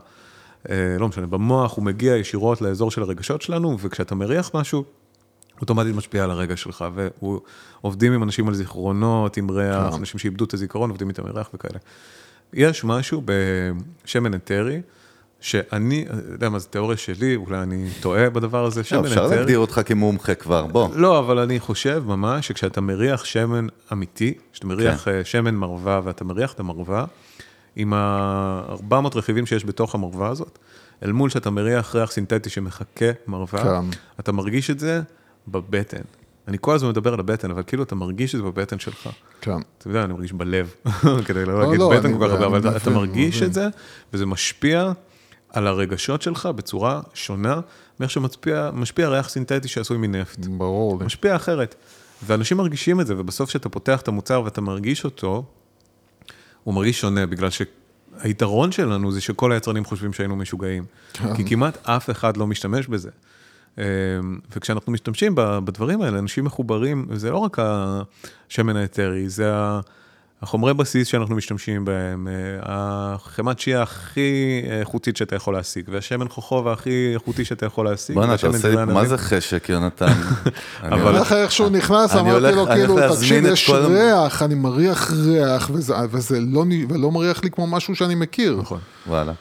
לא משנה, במוח הוא מגיע ישירות לאזור של הרגשות שלנו, וכשאתה מריח משהו, אוטומטית משפיע על הרגע שלך, ועובדים עם אנשים על זיכרונות, עם ריח, אנשים שאיבדו את הזיכרון, עובדים איתם ריח וכאלה. יש משהו בשמן היתרי, שאני, יודע מה, זו תיאוריה שלי, אולי אני טועה בדבר הזה, שמן היתרי. אפשר להגדיר אותך כמומחה כבר, בוא. לא, אבל אני חושב ממש שכשאתה מריח שמן אמיתי, כשאתה מריח שמן מרווה, ואתה מריח את המרווה, עם 400 רכיבים שיש בתוך המרווה הזאת, אל מול שאתה מריח ריח סינתטי שמחכה מרווה, אתה מרגיש את זה בבטן. אני כל הזמן מדבר על הבטן, אבל כאילו אתה מרגיש את זה בבטן שלך. כן. אתה יודע, אני מרגיש בלב, כדי לא להגיד בטן כבר הרבה, אבל אתה מרגיש את זה, וזה משפיע על הרגשות שלך בצורה שונה, מאיך שמשפיע ריח סינתטי שעשוי מנפט. ברור. משפיע אחרת. ואנשים מרגישים את זה, ובסוף שאתה פותח את המוצר ואתה מרגיש אותו, הוא מרגיש שונה, בגלל שהיתרון שלנו זה שכל היצרנים חושבים שהיינו משוגעים. כי כמעט אף אחד לא משתמש בזה. וכשאנחנו משתמשים בדברים האלה, אנשים מחוברים, וזה לא רק השמן היתרי, זה החומרי בסיס שאנחנו משתמשים בהם, החמת שיעה הכי איכותית שאתה יכול להשיג, והשמן חוכוב הכי איכותי שאתה יכול להשיג. בוא אתה עושה לי פה, מה זה חשק, יונתן? אבל איך איכשהו נכנס, אמרתי לו כאילו, תקשיב, יש ריח, אני מריח ריח, וזה לא מריח לי כמו משהו שאני מכיר. נכון. וואלה.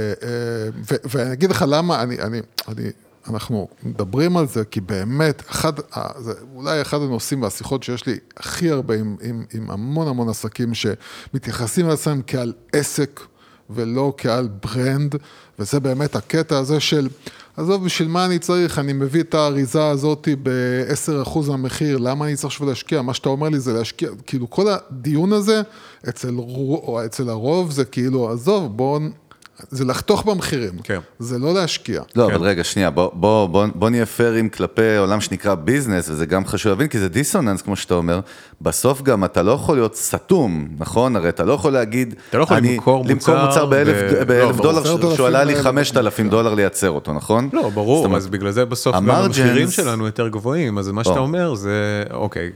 ואני אגיד לך למה, אנחנו מדברים על זה, כי באמת, אולי אחד הנושאים והשיחות שיש לי הכי הרבה עם המון המון עסקים שמתייחסים לעצמם כעל עסק ולא כעל ברנד, וזה באמת הקטע הזה של, עזוב, בשביל מה אני צריך? אני מביא את האריזה הזאת ב-10% המחיר, למה אני צריך שווה להשקיע? מה שאתה אומר לי זה להשקיע, כאילו כל הדיון הזה, אצל הרוב זה כאילו, עזוב, זה לחתוך במחירים, זה לא להשקיע. לא, אבל רגע, שנייה, בוא נהיה פיירים כלפי עולם שנקרא ביזנס, וזה גם חשוב להבין, כי זה דיסוננס, כמו שאתה אומר, בסוף גם אתה לא יכול להיות סתום, נכון? הרי אתה לא יכול להגיד, אתה לא יכול למכור מוצר ב$1,000 שהוא עלה לי $5,000 לייצר אותו, נכון? לא, ברור, אז בגלל זה בסוף גם המחירים שלנו יותר גבוהים, אז מה שאתה אומר זה, אוקיי,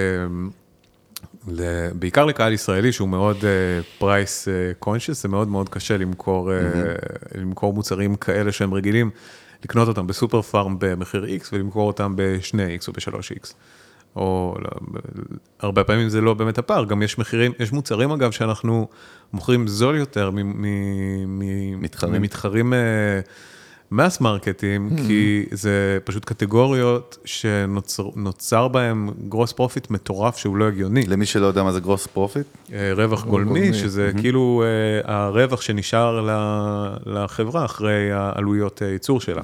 בעיקר לקהל ישראלי שהוא מאוד פרייס קונשיוס, זה מאוד מאוד קשה למכור מוצרים כאלה שהם רגילים לקנות אותם בסופר פארם במחיר X ולמכור אותם ב2X או ב3X. או הרבה פעמים זה לא באמת הפער, גם יש מוצרים אגב שאנחנו מוכרים זול יותר ממתחרים מס מרקטים, כי זה פשוט קטגוריות שנוצר בהם גרוס פרופיט מטורף שהוא לא הגיוני. למי שלא יודע מה זה גרוס פרופיט? רווח גולמי, שזה כאילו הרווח שנשאר לחברה אחרי העלויות ייצור שלה.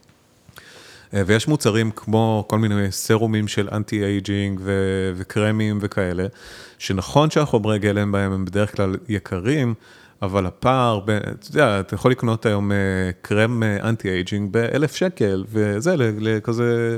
ויש מוצרים כמו כל מיני סרומים של אנטי-אייג'ינג וקרמים וכאלה, שנכון שהחומרי גלם בהם הם בדרך כלל יקרים, אבל הפער, אתה יודע, אתה יכול לקנות היום קרם אנטי-אייג'ינג ב1,000 שקל, וזה לכזה,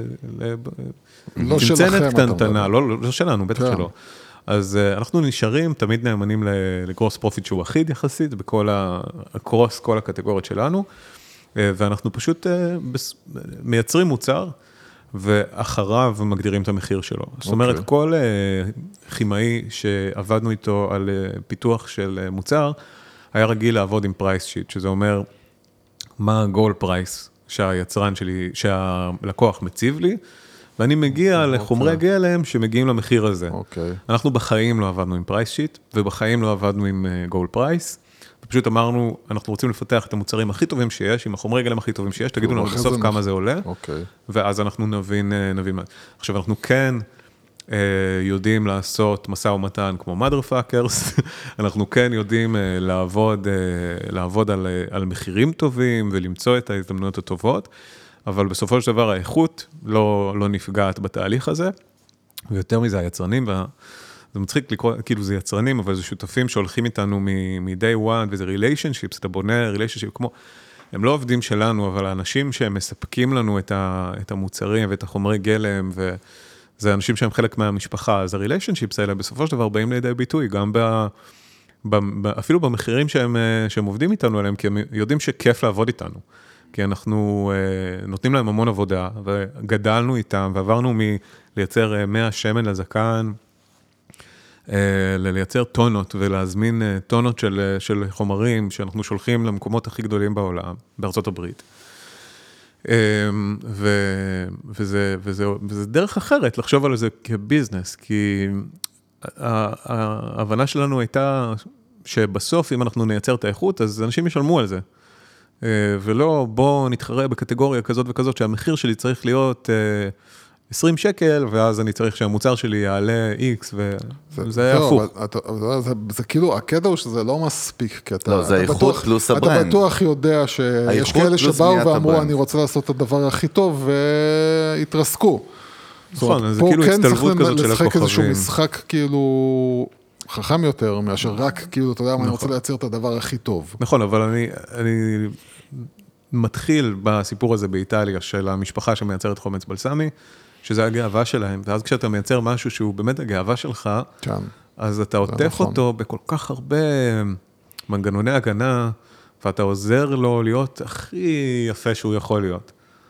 לא שלכם, קטנטנה, לא שלנו, בטח שלא. אז אנחנו נשארים תמיד נאמנים לגרוס פרופיט שהוא אחיד יחסית, בכל הקרוס, כל הקטגוריות שלנו, ואנחנו פשוט מייצרים מוצר, ואחריו מגדירים את המחיר שלו. זאת אומרת, כל כימאי שעבדנו איתו על פיתוח של מוצר, היה רגיל לעבוד עם פרייס שיט, שזה אומר, מה הגול פרייס שהיצרן שלי, שהלקוח מציב לי, ואני מגיע לחומרי גלם שמגיעים למחיר הזה. אנחנו בחיים לא עבדנו עם פרייס שיט, ובחיים לא עבדנו עם גול פרייס, ופשוט אמרנו, אנחנו רוצים לפתח את המוצרים הכי טובים שיש, עם החומרי גלם הכי טובים שיש, תגידו לנו בסוף כמה זה עולה, ואז אנחנו נבין מה. עכשיו, אנחנו כן יודעים לעשות מסע ומתן כמו motherfuckers, אנחנו כן יודעים לעבוד על מחירים טובים, ולמצוא את ההזדמנויות הטובות, אבל בסופו של דבר האיכות לא נפגעת בתהליך הזה, ויותר מזה היצרנים, זה מצחיק לקרוא, כאילו זה יצרנים, אבל זה שותפים שהולכים איתנו מ-day one, וזה relationships, אתה בונה relationship, כמו, הם לא עובדים שלנו, אבל האנשים שהם מספקים לנו את המוצרים ואת החומרי גלם, וזה אנשים שהם חלק מהמשפחה, אז ה-relationships האלה בסופו של דבר באים לידי ביטוי, גם אפילו במחירים שהם עובדים איתנו עליהם, כי הם יודעים שכיף לעבוד איתנו. כי אנחנו נותנים להם המון עבודה, וגדלנו איתם, ועברנו מלייצר 100 שמן לזקן, לייצר טונות, ולהזמין טונות של חומרים, שאנחנו שולחים למקומות הכי גדולים בעולם, בארצות הברית. וזה דרך אחרת, לחשוב על זה כביזנס, כי ההבנה שלנו הייתה, שבסוף, אם אנחנו נייצר את האיכות, אז אנשים ישלמו על זה. ולא בוא נתחרה בקטגוריה כזאת וכזאת, שהמחיר שלי צריך להיות 20 שקל, ואז אני צריך שהמוצר שלי יעלה X, וזה היה הפוך. זה כאילו, הקטע הוא שזה לא מספיק, כי לא, זה איכות פלוס הברנד. אתה בטוח יודע שיש כאלה שבאו ואמרו, אני רוצה לעשות את הדבר הכי טוב, והתרסקו. נכון, זה כאילו הצטלבות כזאת של הכוכבים. פה כן צריך לשחק איזשהו משחק כאילו חכם יותר, מאשר רק כאילו, אתה יודע מה, אני רוצה לייצר את הדבר הכי טוב. נכון, אבל אני מתחיל בסיפור הזה באיטליה, של המשפחה שמייצרת חומץ בלסמי, שזה הגאווה שלהם, ואז כשאתה מייצר משהו שהוא באמת הגאווה שלך, אז אתה עוטף אותו בכל כך הרבה מנגנוני הגנה, ואתה עוזר לו להיות הכי יפה שהוא יכול להיות.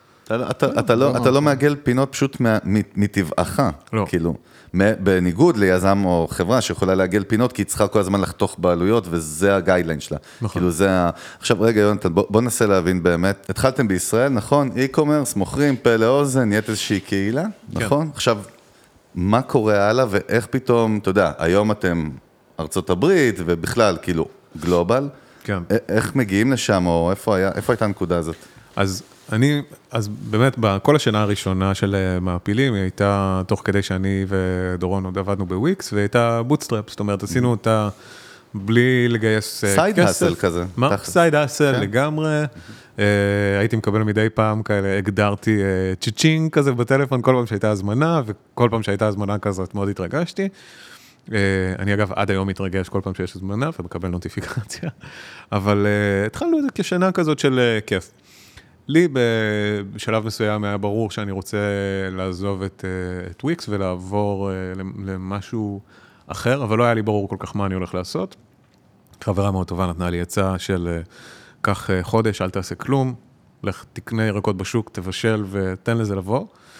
אתה לא מעגל פינות פשוט מטבעך, כאילו, בניגוד ליזם או חברה שיכולה לעגל פינות, כי היא צריכה כל הזמן לחתוך בעלויות, וזה הגיידליין שלה. כאילו זה עכשיו רגע יונתן, בוא ננסה להבין באמת, התחלתם בישראל, נכון? אי-קומרס, מוכרים, פה לאוזן, נהיית איזושהי קהילה, נכון? עכשיו, מה קורה הלאה, ואיך פתאום, אתה יודע, היום אתם ארצות הברית, ובכלל, כאילו, גלובל, איך מגיעים לשם, או איפה הייתה הנקודה הזאת? אז באמת, בכל השנה הראשונה של מעפילים, היא הייתה תוך כדי שאני ודורון עוד עבדנו בוויקס, והייתה בוטסטראפ, זאת אומרת, עשינו אותה בלי לגייס כסף. סייד האסל כזה. סייד האסל לגמרי. הייתי מקבל מדי פעם כאלה, הגדרתי צ'יצ'ינג כזה בטלפון, כל פעם שהייתה הזמנה, וכל פעם שהייתה הזמנה כזאת מאוד התרגשתי. אני אגב עד היום מתרגש כל פעם שיש הזמנה, ומקבל נוטיפיקציה. אבל התחלנו את זה כשנה כזאת של כיף. לי בשלב מסוים היה ברור שאני רוצה לעזוב את וויקס ולעבור למשהו אחר, אבל לא היה לי ברור כל כך מה אני הולך לעשות. חברה מאוד טובה נתנה לי עצה של כך חודש, אל תעשה כלום, לך תקנה ירקות בשוק, תבשל ותן לזה לבוא.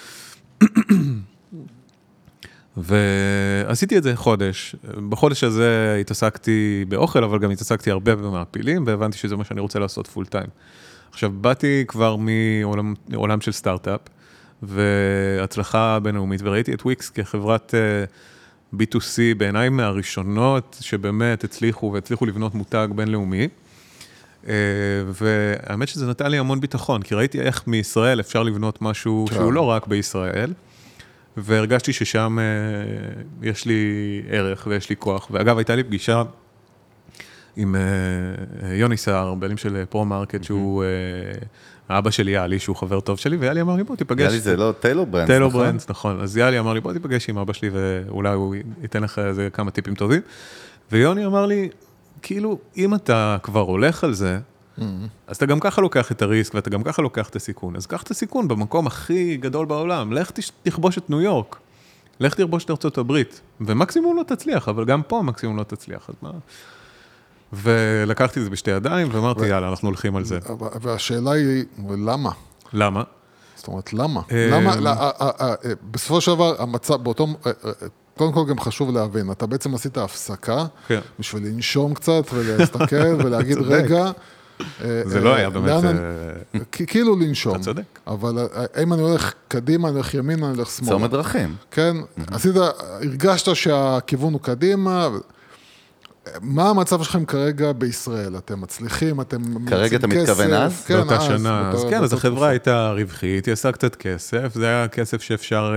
ועשיתי את זה חודש. בחודש הזה התעסקתי באוכל, אבל גם התעסקתי הרבה במעפילים, והבנתי שזה מה שאני רוצה לעשות פול טיים. עכשיו, באתי כבר מעולם של סטארט-אפ, והצלחה בינלאומית, וראיתי את וויקס כחברת B2C בעיניים מהראשונות, שבאמת הצליחו לבנות מותג בינלאומי, והאמת שזה נתן לי המון ביטחון, כי ראיתי איך מישראל אפשר לבנות משהו שהוא לא רק בישראל, והרגשתי ששם יש לי ערך ויש לי כוח. ואגב, הייתה לי פגישה עם יוני סער, בעלים של פרו-מרקט, שהוא האבא של יאלי, שהוא חבר טוב שלי, ויאלי אמר לי, בוא תיפגש. יאלי זה לא טיילור ברנדס, טיילור ברנדס, נכון. אז יאלי אמר לי, בוא תיפגש עם אבא שלי, ואולי הוא ייתן לך איזה כמה טיפים טובים. ויוני אמר לי, כאילו, אם אתה כבר הולך על זה, אז אתה גם ככה לוקח את הריסק, ואתה גם ככה לוקח את הסיכון. אז קח את הסיכון במקום הכי גדול בעולם. לך תכבוש את ניו יורק. לך תכבוש את ארצות הברית. ומקסימום לא תצליח, אבל גם פה מקסימום לא תצליח. אז מה? ולקחתי את זה בשתי ידיים, ואמרתי, יאללה, אנחנו הולכים על זה. והשאלה היא, למה? למה? זאת אומרת, למה? בסופו של דבר, המצב, באותו, קודם כל גם חשוב להבין, אתה בעצם עשית הפסקה, בשביל לנשום קצת ולהסתכל ולהגיד, רגע, זה לא היה באמת... כאילו לנשום. אתה צודק. אבל אם אני הולך קדימה, אני הולך ימינה, אני הולך שמאלה. צומת דרכים. כן, הרגשת שהכיוון הוא קדימה, מה המצב שלכם כרגע בישראל? אתם מצליחים, אתם מוצאים כסף? כרגע אתה מתכוון אז? באותה שנה. אז כן, אז החברה הייתה רווחית, היא עשה קצת כסף, זה היה כסף שאפשר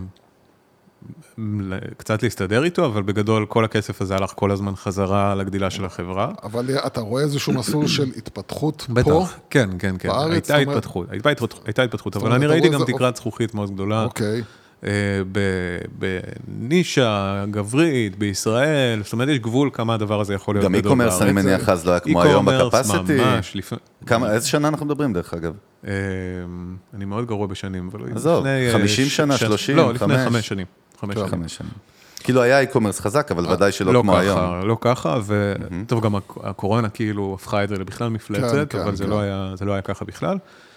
קצת להסתדר איתו, אבל בגדול כל הכסף הזה הלך כל הזמן חזרה לגדילה של החברה. אבל אתה רואה איזשהו מסלול של התפתחות פה? בטח, כן. בארץ? הייתה התפתחות, אבל אני ראיתי גם תקרת זכוכית מאוד גדולה. אוקיי. בנישה גברית, בישראל, זאת אומרת, יש גבול כמה הדבר הזה יכול להיות גם אי-קומרס, אני מניח, אז לא היה כמו היום בקפסיטי. ממש. איזה שנה אנחנו מדברים, דרך אגב? אני מאוד גרוע בשנים, אבל עזוב, 50 שנה, 30, לא, לפני 5 שנים. 5 שנים. כאילו היה אי-קומרס חזק, אבל ודאי שלא כמו היום. לא ככה, וטוב, גם הקורונה כאילו הפכה את זה לבכלל מפלצת, אבל זה לא היה ככה בכלל.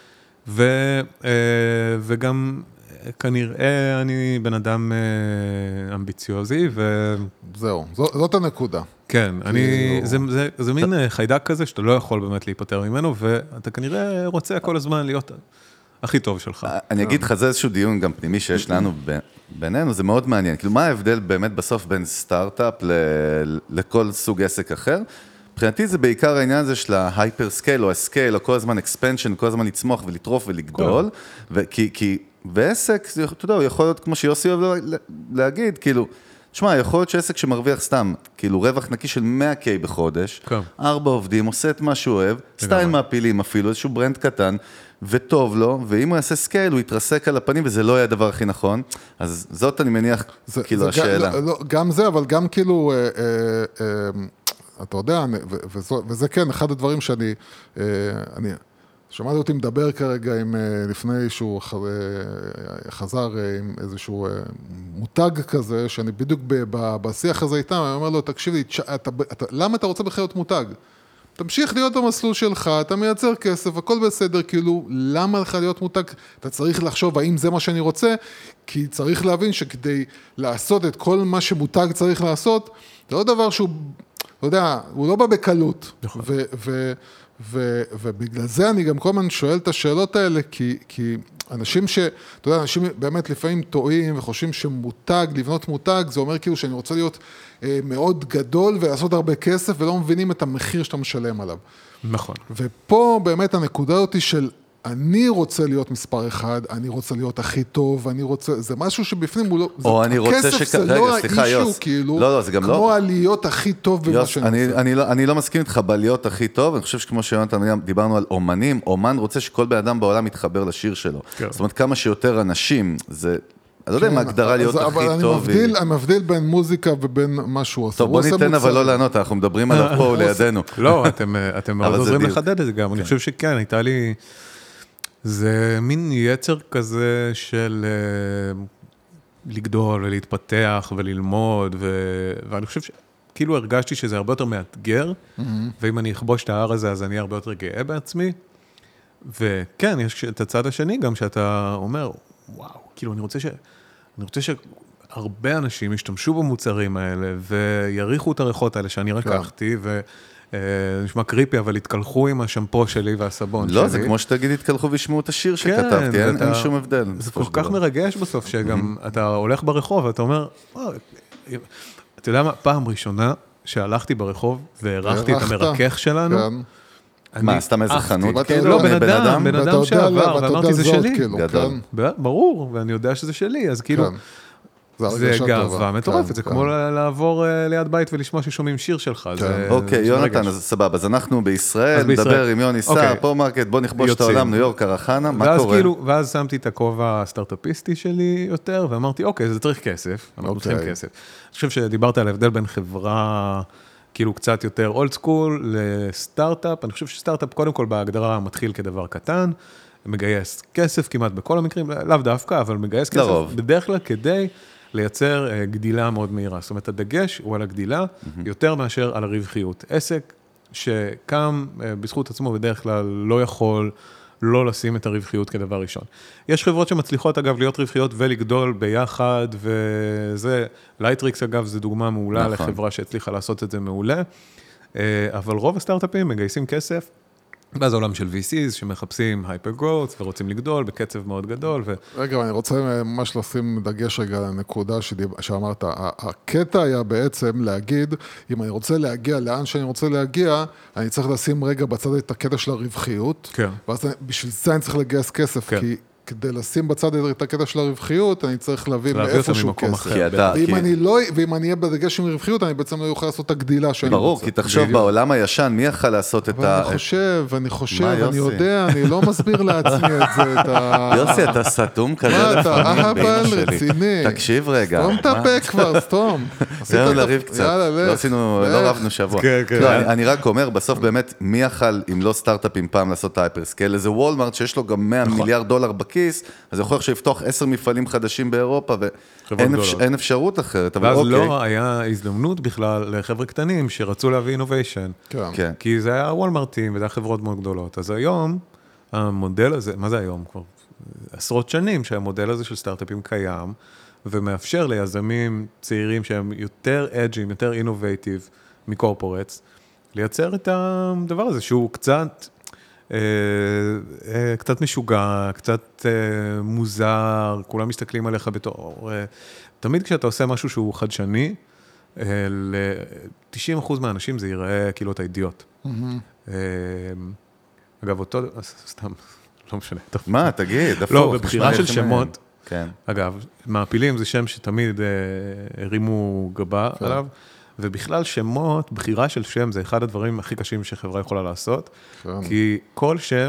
וגם כנראה אני בן אדם אמביציוזי, זהו, זאת הנקודה. כן, זה מין חיידק כזה שאתה לא יכול באמת להיפטר ממנו, ואתה כנראה רוצה כל הזמן להיות הכי טוב שלך. אני אגיד לך, זה איזשהו דיון גם פנימי שיש לנו בינינו, זה מאוד מעניין. כאילו, מה ההבדל באמת בסוף בין סטארט-אפ לכל סוג עסק אחר? מבחינתי זה בעיקר העניין הזה של ההייפר סקייל או הסקייל, או כל הזמן אקספנשן, כל הזמן לצמוח ולטרוף ולגדול, כי בעסק, אתה יודע, הוא יכול להיות, כמו שיוסי אוהב להגיד, כאילו, תשמע, יכול להיות שעסק שמרוויח סתם, כאילו רווח נקי של 100K בחודש, 4 עובדים, עושה את מה שהוא אוהב, סטייל מעפילים אפילו, איזשהו ברנד קטן, וטוב לו, ואם הוא יעשה סקייל, הוא יתרסק על הפנים, וזה לא יהיה הדבר הכי נכון, אז זאת אני מניח, כאילו, השאלה. גם זה, אבל גם כאילו, אתה יודע, וזה כן, אחד הדברים שאני שמעתי אותי מדבר כרגע לפני שהוא חזר עם איזשהו מותג כזה, שאני בדיוק בשיח הזה איתם, אני אומר לו, תקשיב לי, למה אתה רוצה בכלל להיות מותג? תמשיך להיות במסלול שלך, אתה מייצר כסף, הכל בסדר, כאילו, למה לך להיות מותג? אתה צריך לחשוב האם זה מה שאני רוצה, כי צריך להבין שכדי לעשות את כל מה שמותג צריך לעשות, זה לא דבר שהוא, אתה יודע, הוא לא בא בקלות. ובגלל זה אני גם כל הזמן שואל את השאלות האלה, כי אנשים אתה יודע, אנשים באמת לפעמים טועים וחושבים שמותג, לבנות מותג, זה אומר כאילו שאני רוצה להיות מאוד גדול ולעשות הרבה כסף, ולא מבינים את המחיר שאתה משלם עליו. נכון. ופה באמת הנקודה אותי של, אני רוצה להיות מספר אחד, אני רוצה להיות הכי טוב, אני רוצה, זה משהו שבפנים הוא לא, או אני רוצה הכסף זה לא האישו, כאילו, כמו הלהיות הכי טוב במה שאני רוצה. אני לא מסכים איתך בלהיות הכי טוב, אני חושב שכמו שדיברנו על אומנים, אומן רוצה שכל בן אדם בעולם יתחבר לשיר שלו. זאת אומרת, כמה שיותר אנשים, זה, אני לא יודע מה הגדרה להיות הכי טוב. אבל אני מבדיל בין מוזיקה ובין משהו. טוב, בוא ניתן אבל לא לענות, אנחנו מדברים עליו פה לידינו. לא, אתם מאוד עוזרים לחדד את זה גם, אני חושב שכן, הייתה לי... זה מין יצר כזה של לגדול ולהתפתח וללמוד, ואני חושב שכאילו הרגשתי שזה הרבה יותר מאתגר, ואם אני אכבוש את ההר הזה, אז אני הרבה יותר גאה בעצמי, וכן, יש את הצד השני גם שאתה אומר, וואו, כאילו אני רוצה שהרבה אנשים ישתמשו במוצרים האלה, ויריחו את הריחות האלה שאני לקחתי, נשמע קריפי, אבל התקלחו עם השמפו שלי והסבון שלי. לא, זה כמו שתגיד, התקלחו וישמעו את השיר שכתבתי, אין שום הבדל. זה כל כך מרגש בסוף, שגם אתה הולך ברחוב, ואתה אומר, אתה יודע מה, פעם ראשונה שהלכתי ברחוב, והערכתי את המרכך שלנו, מה, סתם איזה עפתי. חנות? ואתה כאילו, לא, יודע- בן אדם ואתה יודע שעבר, ואתה ואמרתי, יודע זה זאת, שלי. כאילו, גדול. כן. ברור, ואני יודע שזה שלי, אז כאילו, כן. זה הרגשה גאווה טובה. מטורפת, כן, זה כן. כמו לעבור ליד בית ולשמוע ששומעים שיר שלך. זה- אוקיי, זה יונתן, מרגש. אז סבבה, אז אנחנו בישראל, אז בישראל. נדבר עם יוני סער, אוקיי. פה מרקט, בוא נכבוש את יוצאים. העולם, ניו יורק, קרחנה, מה ואז קורה? כאילו, ואז שמתי את הכובע הסטארט-אפיסטי שלי יותר, ואמרתי, אוקיי, זה צריך כסף, אנחנו צריכים אוקיי. כסף. אני חושב שדיברת על ההבדל בין חברה, כאילו קצת יותר אולד סקול, לסטארט-אפ. אני חושב שסטארט-אפ, קודם כל בהגדרה, מתחיל כדבר קטן, מגייס כסף כמעט בכל המקרים, לאו דווקא, אבל מגייס כסף, לרוב. בדרך כלל כדי לייצר גדילה מאוד מהירה. זאת אומרת, הדגש הוא על הגדילה, יותר מאשר על הרווחיות. עסק שקם בזכות עצמו בדרך כלל לא יכול לא לשים את הרווחיות כדבר ראשון. יש חברות שמצליחות אגב להיות רווחיות ולגדול ביחד, וזה, לייטריקס אגב זה דוגמה מעולה נכון. לחברה שהצליחה לעשות את זה מעולה, אבל רוב הסטארט-אפים מגייסים כסף, ואז העולם של VCs שמחפשים hyper growth ורוצים לגדול בקצב מאוד גדול. רגע, אני רוצה ממש לשים דגש רגע על הנקודה שאמרת. הקטע היה בעצם להגיד, אם אני רוצה להגיע לאן שאני רוצה להגיע, אני צריך לשים רגע בצד את הקטע של הרווחיות, כן. ואז בשביל זה אני צריך לגייס כסף, כן. כי כדי לשים בצד את הקטע של הרווחיות, אני צריך להביא להביא מאיפשהו אותה ממקום כסף. אחר. כי אתה- ואם אני אהיה בדגש עם רווחיות, אני בעצם לא יוכל לעשות את הגדילה שאני ברור, רוצה. כי תחשוב בעולם הישן, מי יכל לעשות את אבל ה... אני חושב, מה, אני יוסי? יודע, אני לא מסביר לעצמי את זה, את ה... יוסי, אתה סתום כזה מה אתה, לפעמים, אהבל באמא שלי. רציני. תקשיב רגע. סתום את הפה כבר, סתום. זהו לריב קצת, יאללה, לא לך. עשינו, לך. לא רבנו שבוע. כן, כן. לא, אני רק אומר, בסוף באמת, מי יכל, אם לא סטארט-אפים פעם לעשות הייפרסקייל, איזה וולמארט שיש לו גם 100 מיליארד דולר בכיס, אז יכול עכשיו לפתוח 10 מפעלים חדשים באירופה, ואין אפשרות אחרת, אבל ואז אוקיי. לא היה הזדמנות בכלל לחבר'ה קטנים שרצו להביא אינוביישן. כן. כן. כי זה היה וולמרטים, וזה היה חברות מאוד גדולות. אז היום, המודל הזה, מה זה היום? כבר עשרות שנים שהמודל הזה של סטארט-אפים קיים, ומאפשר ליזמים צעירים שהם יותר אג'ים, יותר אינובייטיב מקורפורטס, לייצר את הדבר הזה, שהוא קצת משוגע, קצת מוזר, כולם מסתכלים עליך בתור... תמיד כשאתה עושה משהו שהוא חדשני, ל-90% מהאנשים זה ייראה כאילו אתה אידיוט. אגב, אותו... סתם, לא משנה. מה, תגיד, הפוך. לא, בבחירה נשמע של לי שמות, כן. אגב, מעפילים זה שם שתמיד הרימו גבה עליו, ובכלל שמות, בחירה של שם זה אחד הדברים הכי קשים שחברה יכולה לעשות, כי כל שם,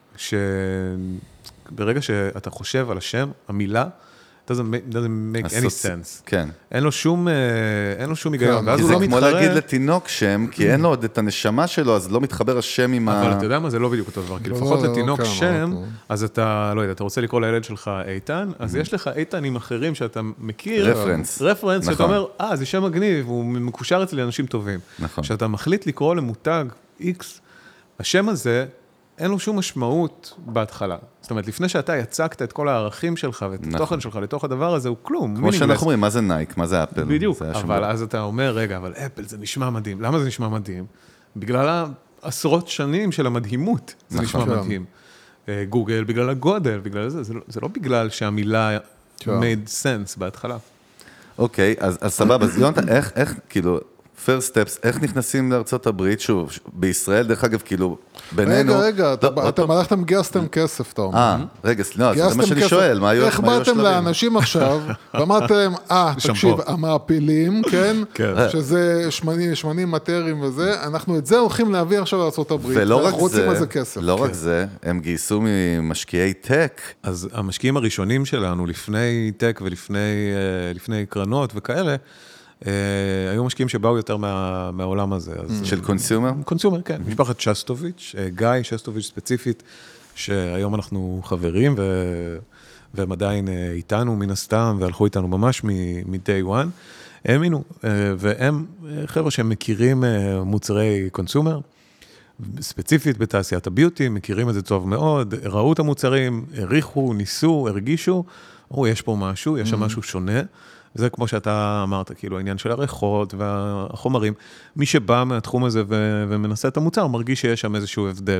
ברגע שאתה חושב על השם, המילה, doesn't make any sense. כן. אין לו שום היגיון, ואז כי הוא זה לא כמו מתחרה. להגיד לתינוק שם, כי אין לו עוד את הנשמה שלו, אז לא מתחבר השם עם ה... אבל אתה יודע מה, זה לא בדיוק אותו דבר, כי לא, לפחות לא, לתינוק כן, שם, אמרתי. אז אתה, לא יודע, אתה רוצה לקרוא לילד שלך איתן, אז יש לך איתנים אחרים שאתה מכיר, רפרנס. רפרנס, שאתה נכון. אומר, זה שם מגניב, הוא מקושר אצלי לאנשים טובים. נכון. כשאתה מחליט לקרוא למותג X, השם הזה, אין לו שום משמעות בהתחלה. זאת אומרת, לפני שאתה יצקת את כל הערכים שלך ואת התוכן שלך לתוך הדבר הזה, הוא כלום. כמו שאנחנו אומרים, מה זה נייק, מה זה אפל? בדיוק, זה היה שום אבל דבר. אז אתה אומר, רגע, אבל אפל זה נשמע מדהים. למה זה נשמע מדהים? בגלל העשרות שנים של המדהימות, זה נשמע נכון. מדהים. גוגל, בגלל הגודל, בגלל זה, זה לא בגלל שהמילה made sense בהתחלה. אוקיי, אז סבבה, אז יונתן, איך, כאילו, first steps, איך נכנסים לארצות הברית, שוב, בישראל, דרך אגב, כאילו, בינינו... רגע, לא, אתם הלכתם, גייסתם כסף, אתה אומר. רגע, לא, זה גייסתם מה שאני כסף. שואל, מה היו איך השלבים? באתם לאנשים עכשיו, ואמרתם להם, תקשיב, שמפו. המעפילים, כן? כן. שזה שמנים מטרים וזה, אנחנו את זה הולכים להביא עכשיו לארצות הברית. ולא רק אנחנו רוצים זה, על זה כסף. לא רק זה, הם גייסו ממשקיעי טק, אז המשקיעים הראשונים שלנו, לפני טק ולפני קרנות וכאלה, היו משקיעים שבאו יותר מהעולם הזה. של קונסיומר? קונסיומר, כן. משפחת שסטוביץ', גיא שסטוביץ' ספציפית, שהיום אנחנו חברים, והם עדיין איתנו מן הסתם, והלכו איתנו ממש מ-day one. האמינו, והם חבר'ה שהם מכירים מוצרי קונסיומר, ספציפית בתעשיית הביוטי, מכירים את זה טוב מאוד, ראו את המוצרים, העריכו, ניסו, הרגישו, יש פה משהו, יש שם משהו שונה, זה כמו שאתה אמרת, כאילו העניין של הריחות והחומרים, מי שבא מהתחום הזה ומנסה את המוצר, מרגיש שיש שם איזשהו הבדל.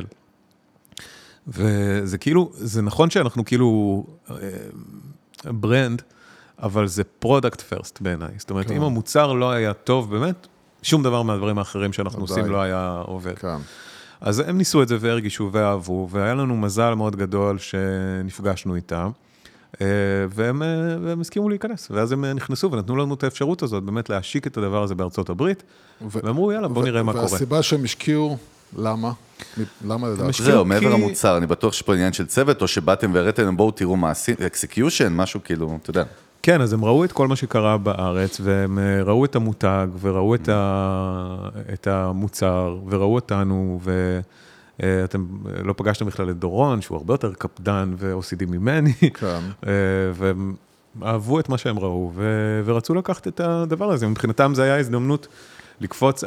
וזה כאילו, זה נכון שאנחנו כאילו ברנד, אבל זה product first בעיניי. זאת אומרת, אם המוצר לא היה טוב באמת, שום דבר מהדברים האחרים שאנחנו עושים לא היה עובד. כן. אז הם ניסו את זה והרגישו ואהבו, והיה לנו מזל מאוד גדול שנפגשנו איתם, והם הסכימו להיכנס, ואז הם נכנסו ונתנו לנו את האפשרות הזאת, באמת להשיק את הדבר הזה בארצות הברית, ואמרו יאללה בוא נראה מה קורה. והסיבה שהם השקיעו, למה? למה לדעת? זהו, מעבר למוצר, אני בטוח שפה עניין של צוות, או שבאתם והראיתם, בואו תראו מה עשיתם, אקסקיושן, משהו כאילו, אתה יודע. כן, אז הם ראו את כל מה שקרה בארץ, והם ראו את המותג, וראו את המוצר, וראו אותנו, ואתם לא פגשתם בכלל את דורון, שהוא הרבה יותר קפדן ו-OCD ממני, והם אהבו את מה שהם ראו, ורצו לקחת את הדבר הזה. מבחינתם זה היה הזדמנות לקפוץ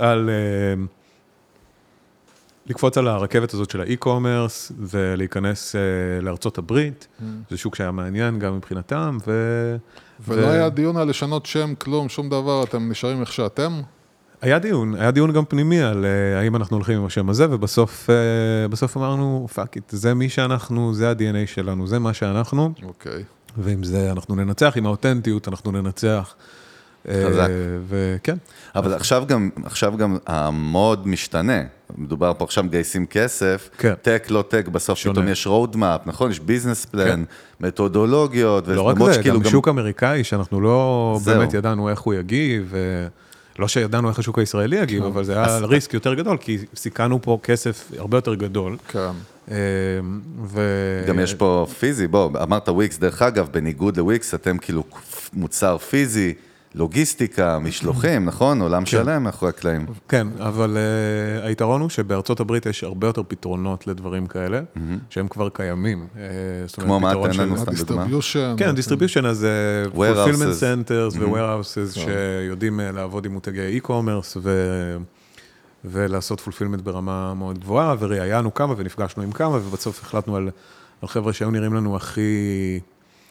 על הרכבת הזאת של האי-קומרס, ולהיכנס לארצות הברית, זה שוק שהיה מעניין גם מבחינתם, ולא היה דיון על לשנות שם, כלום, שום דבר, אתם נשארים איך שאתם? היה דיון גם פנימי על האם אנחנו הולכים עם השם הזה, ובסוף אמרנו, פאק איט, זה מי שאנחנו, זה ה-DNA שלנו, זה מה שאנחנו. אוקיי. ועם זה אנחנו ננצח, עם האותנטיות אנחנו ננצח. חזק. וכן. אבל עכשיו גם המוד משתנה. מדובר פה עכשיו מגייסים כסף, טק, לא טק, בסוף פתאום יש רודמאפ, נכון? יש ביזנס פלן, מתודולוגיות. לא רק זה, גם שוק אמריקאי, שאנחנו לא באמת ידענו איך הוא יגיב, לא שידענו איך השוק הישראלי יגיב, אבל זה היה ריסק יותר גדול, כי סיכנו פה כסף הרבה יותר גדול. כן. גם יש פה פיזי, בוא, אמרת וויקס, דרך אגב, בניגוד לוויקס, אתם כאילו מוצר פיזי, לוגיסטיקה, משלוחים, נכון? עולם שלם מאחורי הקלעים. כן, אבל היתרון הוא שבארצות הברית יש הרבה יותר פתרונות לדברים כאלה, שהם כבר קיימים. כמו מה, תן לנו סתם דוגמה. כן, distribution, אז fulfillment centers ו-warehouses שיודעים לעבוד עם מותגי e-commerce ולעשות fulfillment ברמה מאוד גבוהה, וראיינו כמה ונפגשנו עם כמה, ובסוף החלטנו על חבר'ה שהיו נראים לנו הכי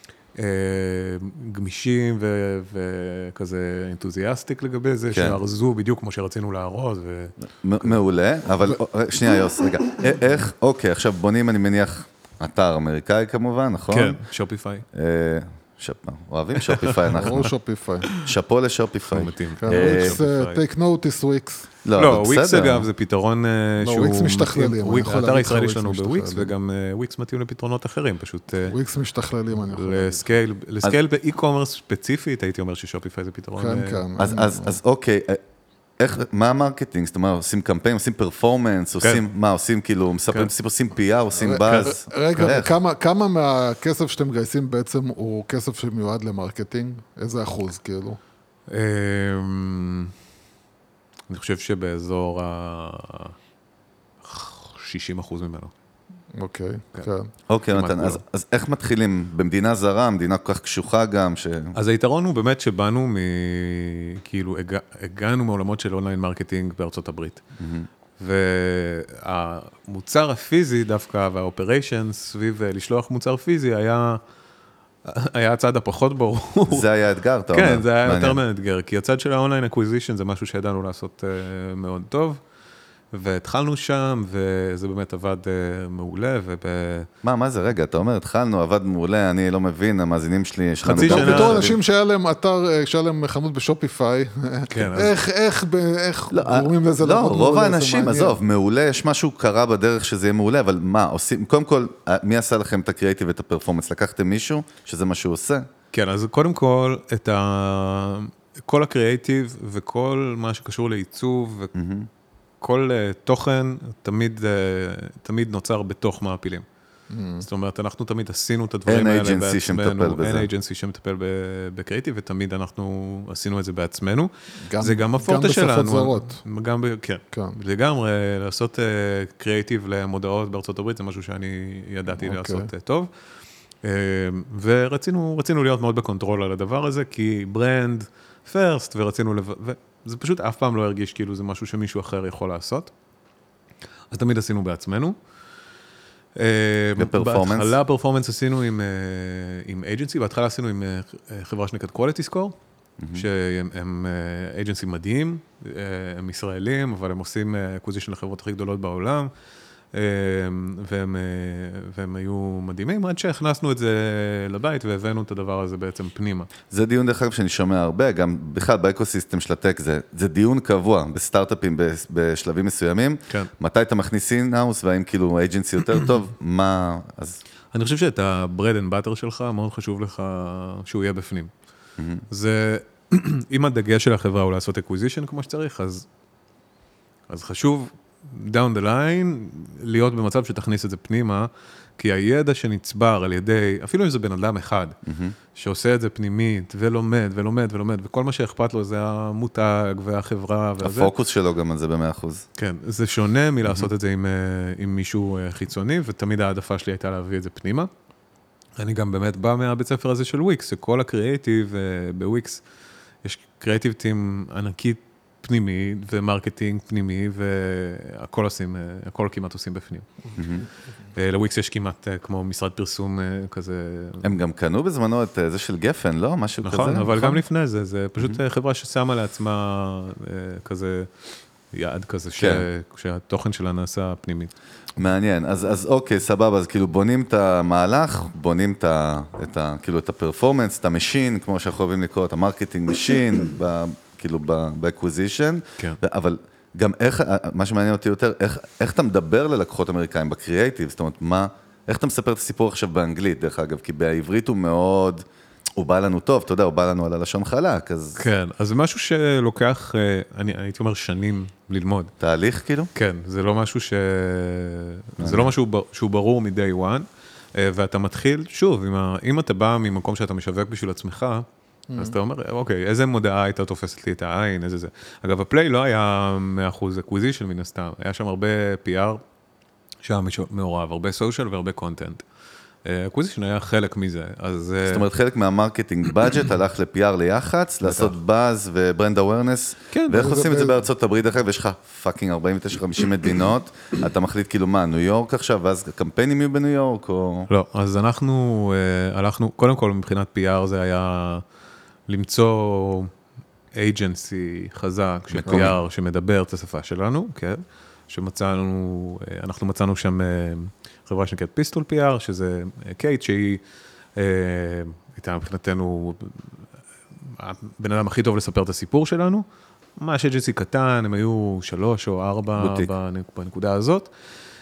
גמישים וכזה אנתוזיאסטיק לגבי זה, שארזו בדיוק כמו שרצינו לארוז. מעולה, אבל שנייה יוס, רגע, איך, אוקיי, עכשיו בונים אני מניח אתר אמריקאי כמובן, נכון? כן, שופיפיי. אוהבים שופיפיי, אנחנו. ברור שופיפיי. שפו לשופיפיי. take notice וויקס. לא, וויקס אגב זה פתרון שהוא... וויקס משתכללים. האתר הישראלי שלנו בוויקס, וגם וויקס מתאים לפתרונות אחרים, פשוט... וויקס משתכללים, אני יכול להגיד. לסקייל באי-קומרס ספציפית, הייתי אומר ששופיפיי זה פתרון... כן, כן. אז אוקיי, מה המרקטינג? זאת אומרת, עושים קמפיין, עושים פרפורמנס, עושים מה, עושים כאילו, עושים PR, עושים באז. רגע, כמה מהכסף שאתם גייסים בעצם הוא כסף שמיועד למרקטינג? איזה אחוז כאילו? אני חושב שבאזור 60% ממנו. אוקיי, כן. אוקיי, נתן, אז איך מתחילים? במדינה זרה, מדינה כל כך קשוחה גם, אז היתרון הוא באמת שבאנו כאילו, הגענו מעולמות של אונליין מרקטינג בארצות הברית. והמוצר הפיזי דווקא, והאופריישן סביב לשלוח מוצר פיזי היה הצד הפחות ברור. זה היה אתגר, אתה אומר. כן, זה היה יותר מאתגר, כי הצד של האונליין אקוויזישן זה משהו שידענו לעשות מאוד טוב. והתחלנו שם, וזה באמת עבד מעולה, מה זה? רגע, אתה אומר, התחלנו, עבד מעולה, אני לא מבין, המאזינים שלי, חצי שנה... בתור אנשים שהיה להם אתר, שהיה להם חנות בשופיפיי, איך גורמים לזה לעבוד מעולה? לא, רוב האנשים, עזוב, מעולה, יש משהו קרה בדרך שזה יהיה מעולה, אבל מה, עושים, קודם כל, מי עשה לכם את הקריאיטיב ואת הפרפורמנס? לקחתם מישהו שזה מה שהוא עושה? כן, אז קודם כל, כל הקריאיטיב וכל מה שקשור לעיצוב, כל תוכן תמיד נוצר בתוך מעפילים. זאת אומרת, אנחנו תמיד עשינו את הדברים האלה בעצמנו. אין אייג'נסי שמטפל בקריאיטיב, ותמיד אנחנו עשינו את זה בעצמנו. זה גם הפורטה שלנו. גם בשפות זרות. כן. לגמרי, לעשות קריאיטיב למודעות בארצות הברית, זה משהו שאני ידעתי לעשות טוב. ורצינו להיות מאוד בקונטרול על הדבר הזה, כי ברנד פרסט, ורצינו זה פשוט אף פעם לא הרגיש כאילו זה משהו שמישהו אחר יכול לעשות. אז תמיד עשינו בעצמנו. בפרפורמנס? בהתחלה פרפורמנס עשינו עם אייג'נסי, בהתחלה עשינו עם חברה שנקראת קואליטי סקור, שהם אייג'נסי מדהים, הם ישראלים, אבל הם עושים אקוויזישן לחברות הכי גדולות בעולם, והם היו מדהימים, עד שהכנסנו את זה לבית והבאנו את הדבר הזה בעצם פנימה. זה דיון דרך אגב שאני שומע הרבה, גם בכלל באקוסיסטם של הטק, זה דיון קבוע בסטארט-אפים בשלבים מסוימים. כן. מתי אתה מכניס אין-האוס, והאם כאילו אייג'נסי יותר טוב, מה, אז... אני חושב שאת ה-bread and butter שלך, מאוד חשוב לך שהוא יהיה בפנים. זה, אם הדגש של החברה הוא לעשות acquisition כמו שצריך, אז חשוב down the line להיות במצב שתכניס את זה פנימה, כי הידע שנצבר על ידי, אפילו אם זה בן אדם אחד, שעושה את זה פנימית ולומד ולומד ולומד, וכל מה שאכפת לו זה המותג והחברה והזה. הפוקוס שלו גם על זה ב100%. כן, זה שונה מלעשות את זה עם מישהו חיצוני, ותמיד העדפה שלי הייתה להביא את זה פנימה. אני גם באמת בא מהבית ספר הזה של וויקס, שכל הקריאייטיב בוויקס, יש קריאייטיב טים ענקית פנימי, ומרקטינג פנימי, והכל עושים, הכל כמעט עושים בפנים. לוויקס יש כמעט כמו משרד פרסום כזה. הם גם קנו בזמנו את זה של גפן, לא? משהו כזה? נכון, אבל גם לפני זה, זה פשוט חברה ששמה לעצמה כזה יעד כזה, שהתוכן שלה נעשה פנימית. מעניין, אז אוקיי, סבבה, אז כאילו בונים את המהלך, בונים כאילו את הפרפורמנס, את המשין, כמו שאנחנו אוהבים לקרוא, את המרקטינג משין, כאילו באקוויזישן, אבל גם איך, מה שמעניין אותי יותר, איך אתה מדבר ללקוחות אמריקאים בקריאייטיב, זאת אומרת, איך אתה מספר את הסיפור עכשיו באנגלית, דרך אגב, כי בעברית הוא מאוד, הוא בא לנו טוב, אתה יודע, הוא בא לנו על הלשון חלק, אז... כן, אז זה משהו שלוקח, אני הייתי אומר שנים ללמוד. תהליך כאילו? כן, זה לא משהו זה לא משהו שהוא ברור מ-day one, ואתה מתחיל, שוב, אם אתה בא ממקום שאתה משווק בשביל עצמך, אז אתה אומר, אוקיי, איזה מודעה הייתה תופסת לי את העין, איזה זה. אגב, הפליי לא היה 100% acquisition מן הסתם, היה שם הרבה PR שהיה מעורב, הרבה social והרבה content. acquisition היה חלק מזה, אז... זאת אומרת, חלק מהמרקטינג בדג'ט הלך ל-PR ליח"צ, לעשות באז וברנד אווירנס, ואיך עושים את זה בארצות הברית אחר, ויש לך פאקינג 49-50 מדינות, אתה מחליט כאילו מה, ניו יורק עכשיו, ואז הקמפיינים יהיו בניו יורק, או... לא, אז אנחנו הלכנו, קודם כל מבחינת PR זה היה למצוא אייג'נסי חזק, של PR שמדבר את השפה שלנו, כן, שמצאנו, אנחנו מצאנו שם חברה שנקראת פיסטול PR, שזה קייט, שהיא הייתה מבחינתנו הבן אדם הכי טוב לספר את הסיפור שלנו, ממש אייג'נסי קטן, הם היו 3 או 4 בנקודה הזאת,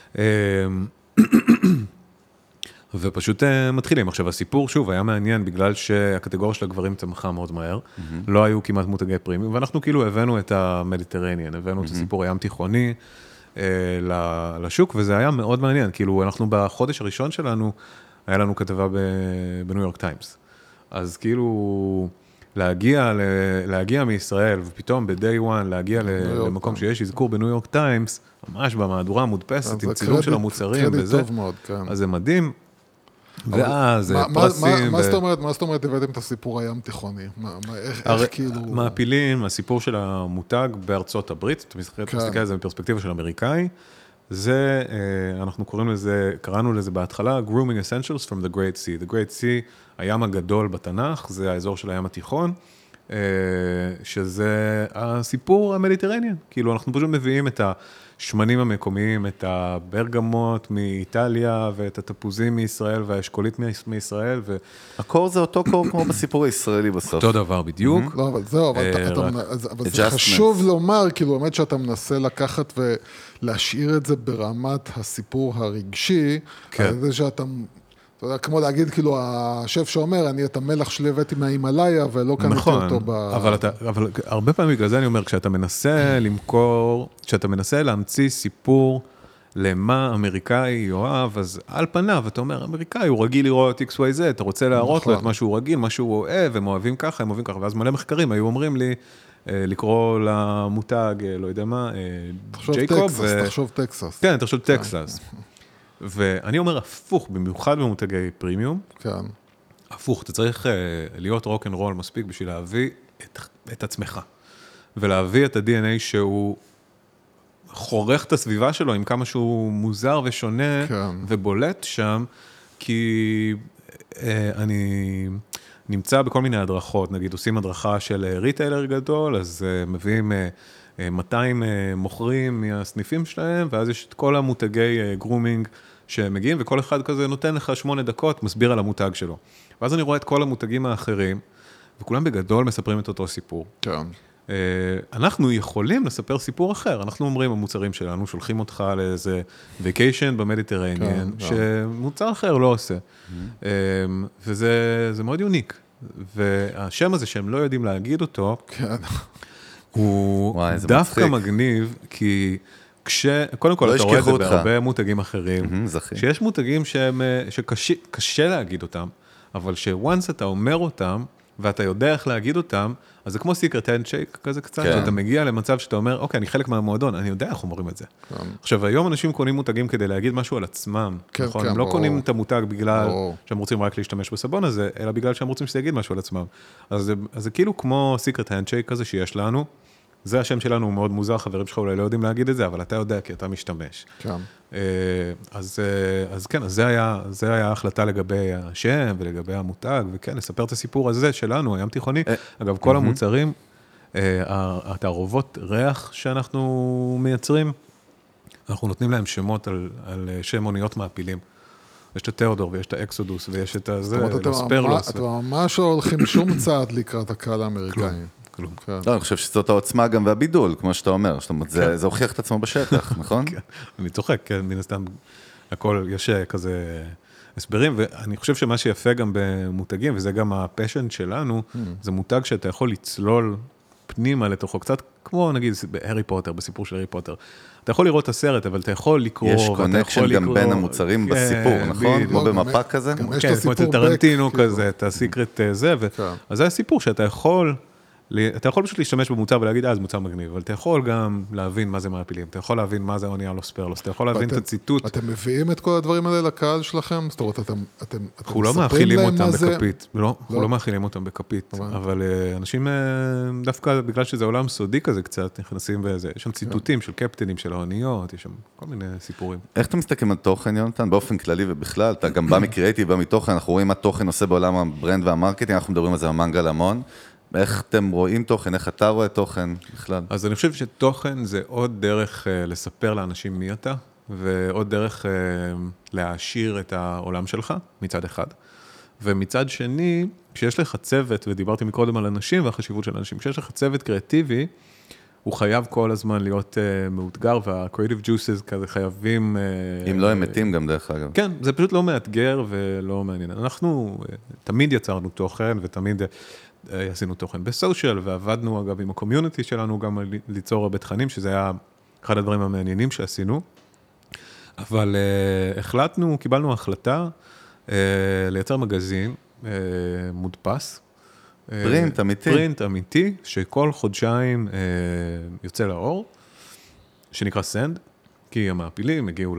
ופשוט מתחילים. עכשיו, הסיפור, שוב, היה מעניין, בגלל שהקטגוריה של הגברים צמחה מאוד מהר, לא היו כמעט מותגי פרימיום, ואנחנו כאילו הבאנו את המדיטרניאן, הבאנו את הסיפור הים תיכוני לשוק, וזה היה מאוד מעניין, כאילו, אנחנו בחודש הראשון שלנו, היה לנו כתבה בניו יורק טיימס, אז כאילו, להגיע מישראל, ופתאום ב-day one, להגיע למקום שיש אזכור בניו יורק טיימס, ממש במהדורה המודפסת, עם צילום של המוצרים, וזה, אז זה מדהים, ואז פרסים. מה זאת אומרת הבאתם את הסיפור הים תיכוני? איך כאילו... מעפילים, הסיפור של המותג בארצות הברית, אתה מסתכל על זה בפרספקטיבה של אמריקאי, זה, אנחנו קראנו לזה בהתחלה, Grooming Essentials from the Great Sea. The Great Sea, הים הגדול בתנ"ך, זה האזור של הים התיכון, שזה הסיפור המדיטרניאן. כאילו, אנחנו פשוט מביאים את השמנים המקומיים, את הברגמות מאיטליה, ואת התפוזים מישראל, והאשכולית מישראל, הקור זה אותו קור כמו בסיפור הישראלי בסוף. אותו דבר בדיוק. לא, אבל זהו, אבל זה חשוב לומר, כאילו, באמת שאתה מנסה לקחת ולהשאיר את זה ברמת הסיפור הרגשי, על זה שאתה... אתה יודע, כמו להגיד, כאילו, השף שאומר, אני את המלח שלי הבאתי מההימאליה, ולא קניתי אותו ב... אבל הרבה פעמים בגלל זה אני אומר, כשאתה מנסה למכור, כשאתה מנסה להמציא סיפור למה אמריקאי יאהב, אז על פניו, אתה אומר, אמריקאי, הוא רגיל לראות XYZ, אתה רוצה להראות לו את מה שהוא רגיל, מה שהוא אוהב, הם אוהבים ככה, ואז מלא מחקרים היו אומרים לי, לקרוא למותג, לא יודע מה, ג'ייקוב. תחשוב טקסס. כן, תחשוב טקסס. ואני אומר הפוך, במיוחד במותגי פרימיום, כן. הפוך, אתה צריך להיות רוק אנד רול מספיק בשביל להביא את עצמך, ולהביא את ה-DNA שהוא חורך את הסביבה שלו, עם כמה שהוא מוזר ושונה, ובולט שם, כי אני נמצא בכל מיני הדרכות, נגיד עושים הדרכה של ריטיילר גדול, אז מביאים 200 מוכרים מהסניפים שלהם, ואז יש את כל המותגי גרומינג שמגיעים, וכל אחד כזה נותן לך 8 דקות, מסביר על המותג שלו. ואז אני רואה את כל המותגים האחרים, וכולם בגדול מספרים את אותו סיפור. כן. אנחנו יכולים לספר סיפור אחר. אנחנו אומרים, המוצרים שלנו, שולחים אותך לאיזה vacation במדיטרניאן, שמוצר אחר לא עושה. וזה מאוד יוניק. והשם הזה שהם לא יודעים להגיד אותו, הוא דווקא מגניב, כי קודם כל אתה רואה את זה בהרבה מותגים אחרים, שיש מותגים שקשה להגיד אותם, אבל שוואנס אתה אומר אותם, ואתה יודע איך להגיד אותם, אז זה כמו סיקרט הנדשייק כזה קצת, שאתה מגיע למצב שאתה אומר, אוקיי, אני חלק מהמועדון, אני יודע איך אומרים את זה. עכשיו, היום אנשים קונים מותגים כדי להגיד משהו על עצמם, נכון? הם לא קונים את המותג בגלל שהם רוצים רק להשתמש בסבון הזה, אלא בגלל שהם רוצים שזה יגיד משהו על עצמם. אז זה כאילו כמו סיקרט הנדשייק כזה שיש לנו, זה השם שלנו, הוא מאוד מוזר, חברים שלך אולי לא יודעים להגיד את זה, אבל אתה יודע, כי אתה משתמש. אז כן, אז זה היה ההחלטה לגבי השם ולגבי המותג, וכן, לספר את הסיפור הזה שלנו, הים תיכוני. אגב, כל המוצרים, התערובות ריח שאנחנו מייצרים, אנחנו נותנים להם שמות על שם אוניות מעפילים. יש את התיאודור ויש את האקסודוס ויש את הזה, לספרלוס. אתם ממש לא הולכים שום צעד לקראת הקהל האמריקאי. לא, אני חושב שזאת העוצמה גם והבידול, כמו שאתה אומר, זה הוכיח את עצמו בשטח, נכון? כן, אני צוחק, כן, מן הסתם, הכל, יש כזה הסברים, ואני חושב שמה שיפה גם במותגים, וזה גם הפשן שלנו, זה מותג שאתה יכול לצלול פנימה לתוכו, קצת כמו נגיד בהרי פוטר, בסיפור של הארי פוטר. אתה יכול לראות את הסרט, אבל אתה יכול לקרוא, יש קונקשן גם בין המוצרים בסיפור, נכון? כמו במפה כזה? כן, כמו אצל טרנטינו כזה, את הסיקרט זה, אז זה הסיפור שאתה יכול... אתה יכול פשוט להשתמש במוצר ולהגיד, זה מוצר מגניב, אבל אתה יכול גם להבין מה זה מעפילים, אתה יכול להבין מה זה אונייה לא ספרלוס, אתה יכול להבין את הציטוט. אתם מביאים את כל הדברים האלה לקהל שלכם? זאת אומרת, אתם אנחנו לא מאכילים אותם בכפית, אנחנו לא מאכילים אותם בכפית, אבל אנשים דווקא בגלל שזה עולם סודי כזה קצת, נכנסים בזה, יש שם ציטוטים של קפטנים של האוניות, יש שם כל מיני סיפורים. איך אתה מסתכל על תוכן, יונתן? באופן כללי ובכלל, אתה גם בא מקריאטיב, בא מתוכן, אנחנו רואים מה תוכן עושה בעולם הברנד והמרקטינג, אנחנו מדברים על זה במנגל המון. איך אתם רואים תוכן? איך אתה רואה תוכן בכלל? אז אני חושב שתוכן זה עוד דרך לספר לאנשים מי אתה, ועוד דרך להעשיר את העולם שלך, מצד אחד. ומצד שני, כשיש לך צוות, ודיברתי מקודם על אנשים והחשיבות של אנשים, כשיש לך צוות קריאטיבי, הוא חייב כל הזמן להיות מאותגר, וה-creative juices כזה חייבים... אם לא הם מתים גם דרך אגב. כן, זה פשוט לא מאתגר ולא מעניין. אנחנו תמיד יצרנו תוכן, ותמיד... עשינו תוכן בסושיאל, ועבדנו אגב עם הקומיוניטי שלנו גם ליצור הרבה תכנים, שזה היה אחד הדברים המעניינים שעשינו, אבל החלטנו, קיבלנו החלטה לייצר מגזין מודפס. פרינט אמיתי. פרינט אמיתי, שכל חודשיים יוצא לאור, שנקרא סנד, כי המעפילים הגיעו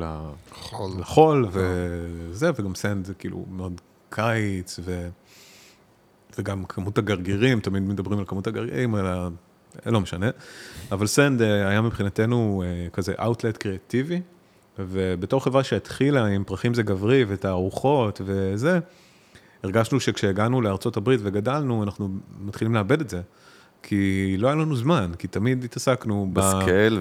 לחול, וזה, וגם סנד זה כאילו מאוד קיץ, וגם כמות הגרגירים, תמיד מדברים על כמות הגרגירים, לא משנה, אבל סנד היה מבחינתנו כזה אאוטלט קריאטיבי, ובתור חברה שהתחילה עם פרחים זה גברי, ואת הארוחות וזה, הרגשנו שכשהגענו לארצות הברית וגדלנו, אנחנו מתחילים לאבד את זה, כי לא היה לנו זמן, כי תמיד התעסקנו בסקייל,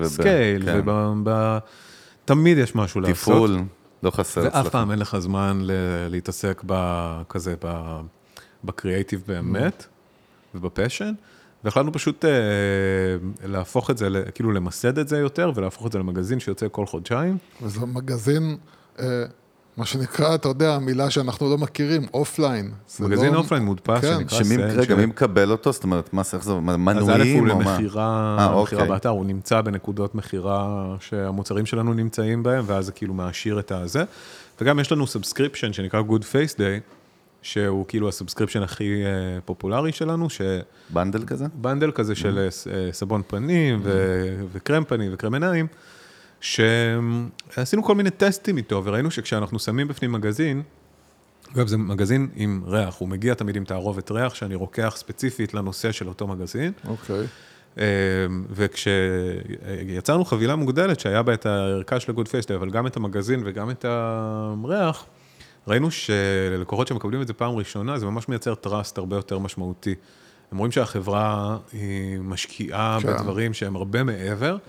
תמיד יש משהו לעשות. טיפול, לא חסר. ואף פעם אין לך זמן להתעסק כזה, בקריאייטיב באמת, ובפשן, והחלטנו פשוט להפוך את זה, כאילו למסד את זה יותר, ולהפוך את זה למגזין שיוצא כל חודשיים. וזה מגזין, מה שנקרא, אתה יודע, המילה שאנחנו לא מכירים, אופליין. מגזין אופליין מודפס, שנקרא סנד. רגע, מי מקבל אותו? זאת אומרת, מה זה, מנויים או מה? אז א' הוא למחירה באתר, הוא נמצא בנקודות מחירה שהמוצרים שלנו נמצאים בהם, ואז זה כאילו מעשיר את הזה. וגם יש לנו סאבסקריפשן שנקרא Good Face Day, שהוא כאילו הסאבסקריפשן הכי פופולרי שלנו, בנדל כזה? בנדל כזה של סבון פנים וקרם פנים וקרם עיניים, שעשינו כל מיני טסטים איתו, וראינו שכשאנחנו שמים בפנים מגזין, אגב, זה מגזין עם ריח, הוא מגיע תמיד עם תערובת ריח, שאני רוקח ספציפית לנושא של אותו מגזין. אוקיי. וכשיצרנו חבילה מוגדלת, שהיה בה את הערכה של ה-Good Face Day, אבל גם את המגזין וגם את הריח, ראינו שלקוחות שמקבלים את זה פעם ראשונה, זה ממש מייצר טראסט הרבה יותר משמעותי הם רואים שהחברה היא משקיעה בדברים שהם הרבה מעבר,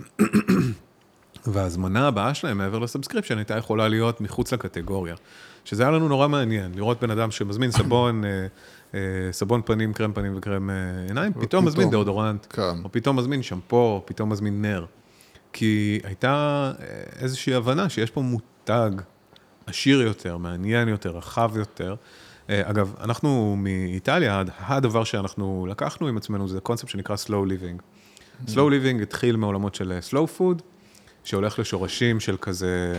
וההזמנה הבאה שלהם מעבר לסאבסקריפשן הייתה יכולה להיות מחוץ לקטגוריה. שזה היה לנו נורא מעניין, לראות בן אדם שמזמין סבון פנים, קרם פנים וקרם עיניים, פתאום מזמין דאודורנט, או פתאום מזמין שמפו, או פתאום מזמין נר. כי הייתה איזושהי הבנה שיש פה מותג עשיר יותר, מעניין יותר, רחב יותר. אגב, אנחנו מאיטליה, הדבר שאנחנו לקחנו עם עצמנו זה קונספט שנקרא slow living. slow living התחיל מעולמות של slow food, שהולך לשורשים של כזה,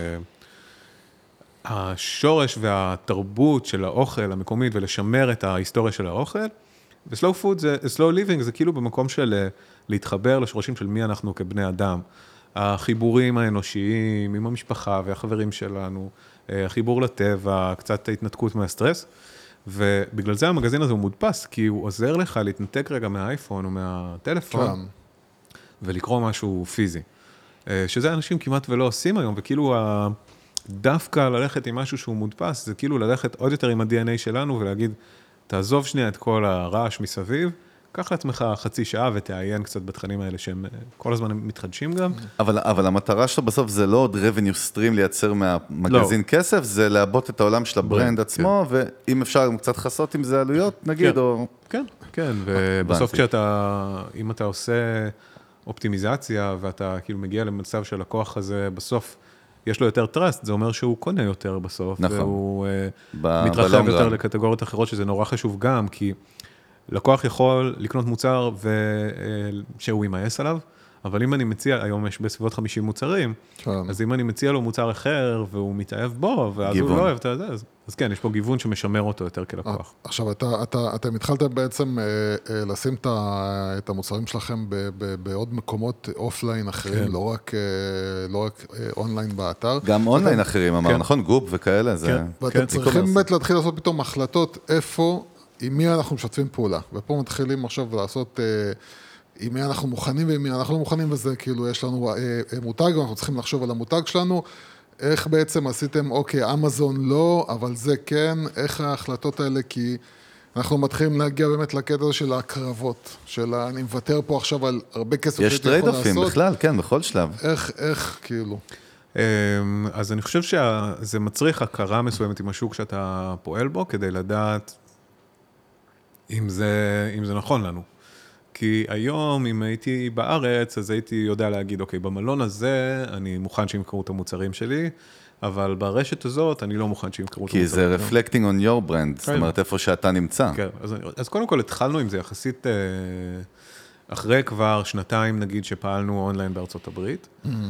השורש והתרבות של האוכל המקומית ולשמר את ההיסטוריה של האוכל, ו-slow food slow living זה כאילו במקום של להתחבר לשורשים של מי אנחנו כבני אדם. החיבורים האנושיים עם המשפחה והחברים שלנו, החיבור לטבע, קצת ההתנתקות מהסטרס, ובגלל זה המגזין הזה הוא מודפס, כי הוא עוזר לך להתנתק רגע מהאייפון או מהטלפון, ולקרוא משהו פיזי. שזה אנשים כמעט ולא עושים היום, וכאילו דווקא ללכת עם משהו שהוא מודפס, זה כאילו ללכת עוד יותר עם ה-DNA שלנו, ולהגיד, תעזוב שנייה את כל הרעש מסביב, קח לעצמך חצי שעה ותעיין קצת בתכנים האלה שהם כל הזמן מתחדשים גם. אבל המטרה שלו בסוף זה לא עוד revenue stream לייצר מהמגזין כסף, זה לעבות את העולם של הברנד עצמו, ואם אפשר קצת חסות עם זה עלויות, נגיד, או... כן, כן, ובסוף אם אתה עושה אופטימיזציה, ואתה כאילו מגיע למצב של לקוח הזה, בסוף יש לו יותר טרסט, זה אומר שהוא קונה יותר בסוף, והוא מתרחב יותר לקטגוריות אחרות, שזה נורא חשוב גם, כי לקוח יכול לקנות מוצר שהוא יימאס עליו, אבל אם אני מציע, היום יש בסביבות 50 מוצרים, אז אם אני מציע לו מוצר אחר, והוא מתאהב בו, ואז הוא לא אוהב את זה, אז כן, יש פה גיוון שמשמר אותו יותר כלקוח. עכשיו, אתם התחלתם בעצם לשים את המוצרים שלכם בעוד מקומות אופליין אחרים, לא רק אונליין באתר. גם אונליין אחרים, אמר, נכון? גופ וכאלה, זה... ואתם צריכים באמת להתחיל לעשות פתאום החלטות איפה, עם מי אנחנו משתפים פעולה. ופה מתחילים עכשיו לעשות... עם מי אנחנו מוכנים ועם מי אנחנו לא מוכנים, וזה כאילו יש לנו מותג, ואנחנו צריכים לחשוב על המותג שלנו, איך בעצם עשיתם, אוקיי, אמזון לא, אבל זה כן, איך ההחלטות האלה, כי אנחנו מתחילים להגיע באמת לקטע של הקרבות, של אני מוותר פה עכשיו על הרבה כסף יש טרייד-אופים בכלל, כן, בכל שלב. איך כאילו? אז אני חושב שזה מצריך הכרה מסוימת עם השוק שאתה פועל בו, כדי לדעת אם זה נכון לנו. כי היום, אם הייתי בארץ, אז הייתי יודע להגיד, אוקיי, במלון הזה אני מוכן שימכרו את המוצרים שלי, אבל ברשת הזאת אני לא מוכן שימכרו את המוצרים. כי זה reflecting on your brand, זאת אומרת, איפה שאתה נמצא. כן, אז קודם כל התחלנו עם זה יחסית, אחרי כבר שנתיים, נגיד, שפעלנו אונליין בארצות הברית,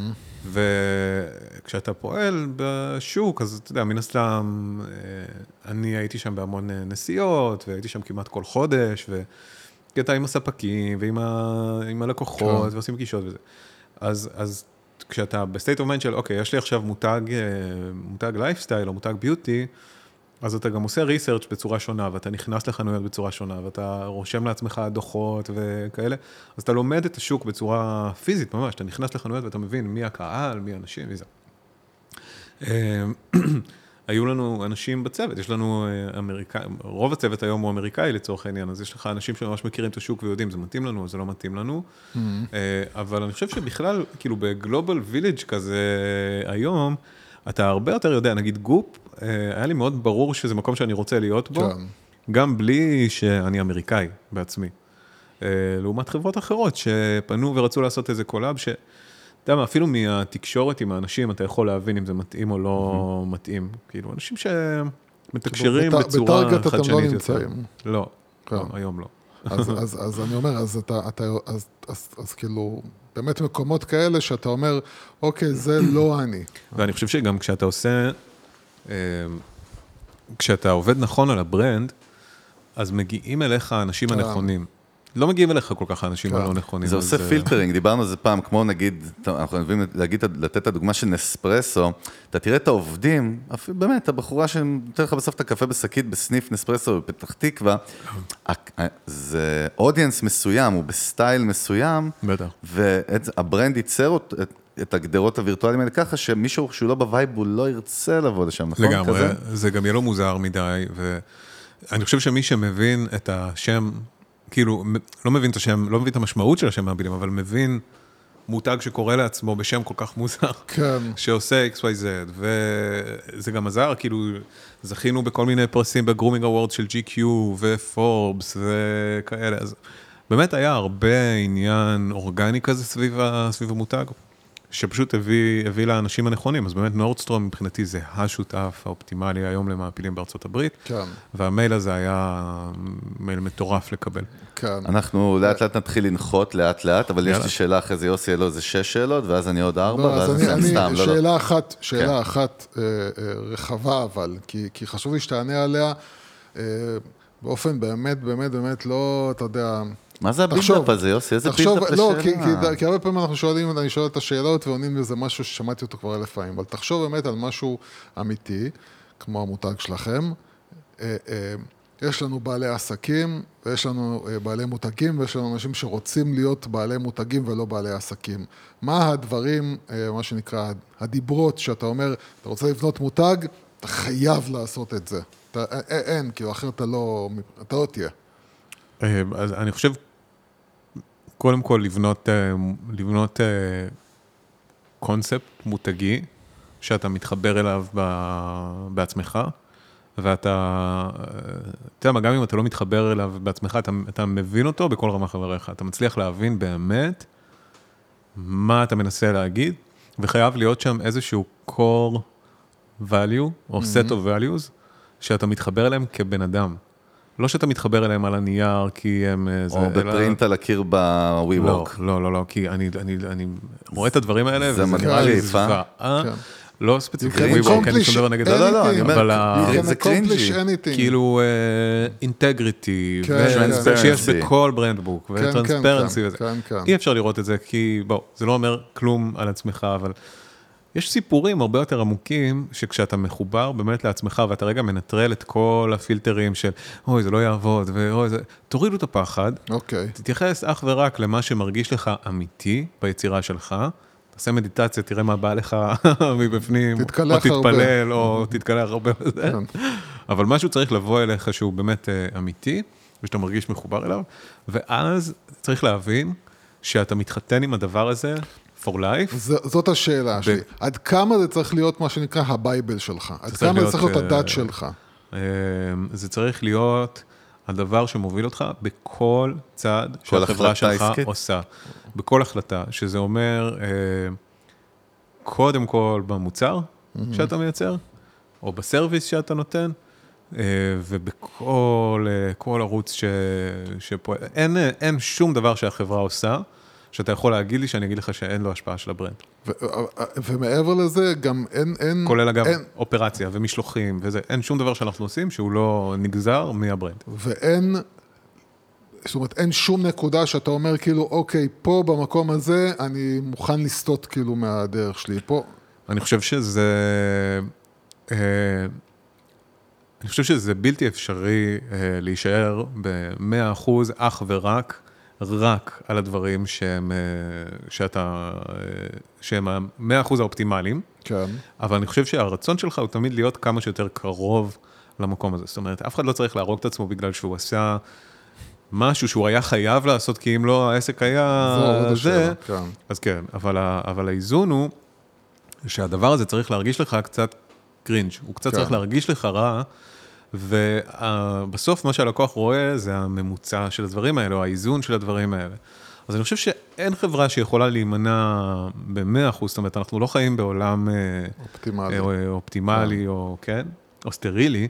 וכשאתה פועל בשוק, אז אתה יודע, מן הסתם, אני הייתי שם בהמון נסיעות, והייתי שם כמעט כל חודש, כי אתה עם הספקים ועם הלקוחות ועושים פגישות וזה. אז כשאתה בסטייט אוף מיינד של, אוקיי, יש לי עכשיו מותג לייפסטייל או מותג ביוטי, אז אתה גם עושה ריסרצ' בצורה שונה, ואתה נכנס לחנויות בצורה שונה, ואתה רושם לעצמך דוחות וכאלה, אז אתה לומד את השוק בצורה פיזית ממש, אתה נכנס לחנויות ואתה מבין מי הקהל, מי האנשים, מי זה. היו לנו אנשים בצוות, יש לנו רוב הצוות היום הוא אמריקאי לצורך העניין, אז יש לך אנשים שממש מכירים את השוק ויודעים, זה מתאים לנו או זה לא מתאים לנו, אבל אני חושב שבכלל, כאילו בגלובל ויליג' כזה היום, אתה הרבה יותר יודע, נגיד גופ, היה לי מאוד ברור שזה מקום שאני רוצה להיות בו, גם בלי שאני אמריקאי בעצמי. לעומת חברות אחרות שפנו ורצו לעשות איזה קולאב אתה יודע, אפילו מהתקשורת עם האנשים, אתה יכול להבין אם זה מתאים או לא מתאים. כאילו, אנשים שמתקשרים בצורה חדשנית יותר. לא, היום לא. אז אני אומר, אז כאילו, באמת מקומות כאלה שאתה אומר, אוקיי, זה לא אני. ואני חושב שגם כשאתה עושה, כשאתה עובד נכון על הברנד, אז מגיעים אליך האנשים הנכונים. לא מגיעים אליך כל כך האנשים הלא נכונים. זה עושה פילטרינג, דיברנו על זה פעם, כמו נגיד, אנחנו אוהבים לתת את הדוגמה של נספרסו, אתה תראה את העובדים, באמת, הבחורה שנותן לך בסוף את הקפה בשקית בסניף נספרסו בפתח תקווה, זה אודיאנס מסוים, הוא בסטייל מסוים, והברנד ייצר את הגדרות הווירטואליים האלה ככה, שמישהו שהוא לא בווייב, הוא לא ירצה לבוא לשם, נכון? לגמרי, זה גם יהיה לו מוזר מדי, ואני חושב שמי שמבין את השם כאילו, לא מבין את השם, לא מבין את המשמעות של השם מעפילים, אבל מבין מותג שקורא לעצמו בשם כל כך מוזר, כן. שעושה XYZ, וזה גם עזר, כאילו, זכינו בכל מיני פרסים בגרומינג אוורד של GQ ופורבס וכאלה, אז באמת היה הרבה עניין אורגני כזה סביב המותג, שפשוט הביא לאנשים הנכונים, אז באמת נורדסטרום מבחינתי זה השותף האופטימלי היום למעפילים בארצות הברית, כן. והמייל הזה היה מייל מטורף לקבל. כן. אנחנו לאט לאט נתחיל לנחות לאט לאט, אבל יש לי שאלה אחרי זה, יוסי, אלו איזה 6 שאלות, ואז אני עוד 4, ואז נסיים סתם. שאלה אחת רחבה, אבל, כי חשוב לי שתענה עליה באופן באמת לא, אתה יודע... מה זה הבילדאפ הזה, יוסי? איזה בילדאפ לשאלה? לא, כי הרבה פעמים אנחנו שואלים, אני שואל את השאלות ועונים לזה משהו ששמעתי אותו כבר 1000 פעמים, אבל תחשוב באמת על משהו אמיתי, כמו המותג שלכם. יש לנו בעלי עסקים, ויש לנו בעלי מותגים, ויש לנו אנשים שרוצים להיות בעלי מותגים ולא בעלי עסקים. מה הדברים, מה שנקרא, הדיברות שאתה אומר, אתה רוצה לבנות מותג, אתה חייב לעשות את זה. אין, כאילו, אחרת אתה לא תהיה. אז אני חושב, קודם כל לבנות קונספט מותגי, שאתה מתחבר אליו בעצמך, ואתה, אתה יודע, גם אם אתה לא מתחבר אליו בעצמך, אתה מבין אותו בכל רמה חבריך, אתה מצליח להבין באמת מה אתה מנסה להגיד, וחייב להיות שם איזשהו core value, או set of values, שאתה מתחבר אליהם כבן אדם. לא שאתה מתחבר אליהם על הנייר, כי הם... או בפרינט על הקיר ב-WeWork. לא, כי אני רואה את הדברים האלה, זה נראה לי יפה. לא ספציפית WeWork, אני שום דבר נגד... לא, אני אומר, זה קרינג'י. כאילו אינטגריטי, שיש בכל ברנד בוק, וטרנספרנסי וזה. אי אפשר לראות את זה, כי בוא, זה לא אומר כלום על עצמך, אבל... יש סיפורים הרבה יותר עמוקים, שכשאתה מחובר באמת לעצמך, ואתה רגע מנטרל את כל הפילטרים של, אוי, זה לא יעבוד, ואוי, זה... תורידו את הפחד, תתייחס אך ורק למה שמרגיש לך אמיתי ביצירה שלך, תעשה מדיטציה, תראה מה בא לך מבפנים, או תתפלל, או תתקלח הרבה בזה, אבל משהו צריך לבוא אליך שהוא באמת אמיתי, ושאתה מרגיש מחובר אליו, ואז צריך להבין שאתה מתחתן עם הדבר הזה, for life. זאת השאלה שלי. עד כמה זה צריך להיות מה שנקרא הבייבל שלך? עד כמה זה צריך להיות הדת שלך? זה צריך להיות הדבר שמוביל אותך בכל צעד שהחברה שלך עושה. בכל החלטה, שזה אומר, קודם כל במוצר שאתה מייצר, או בסרוויס שאתה נותן, ובכל ערוץ שפועל. אין שום דבר שהחברה עושה, שאתה יכול להגיד לי שאני אגיד לך שאין לו השפעה של הברנד. ומעבר לזה גם אין... כולל אגב אופרציה ומשלוחים וזה, אין שום דבר שאנחנו עושים שהוא לא נגזר מהברנד. ואין, זאת אומרת, אין שום נקודה שאתה אומר כאילו, אוקיי, פה במקום הזה אני מוכן לסטות כאילו מהדרך שלי, פה. אני חושב שזה בלתי אפשרי להישאר ב100% אך ורק על הדברים שהם 100% האופטימליים, כן. אבל אני חושב שהרצון שלך הוא תמיד להיות כמה שיותר קרוב למקום הזה. זאת אומרת, אף אחד לא צריך להרוג את עצמו בגלל שהוא עשה משהו שהוא היה חייב לעשות, כי אם לא העסק היה זה, אז כן, אבל האיזון הוא שהדבר הזה צריך להרגיש לך קצת קרינג', הוא קצת צריך להרגיש לך רע, ובסוף מה שהלקוח רואה זה הממוצע של הדברים האלה, או האיזון של הדברים האלה. אז אני חושב שאין חברה שיכולה להימנע ב100%, זאת אומרת, אנחנו לא חיים בעולם אופטימלי, או כן, או סטרילי,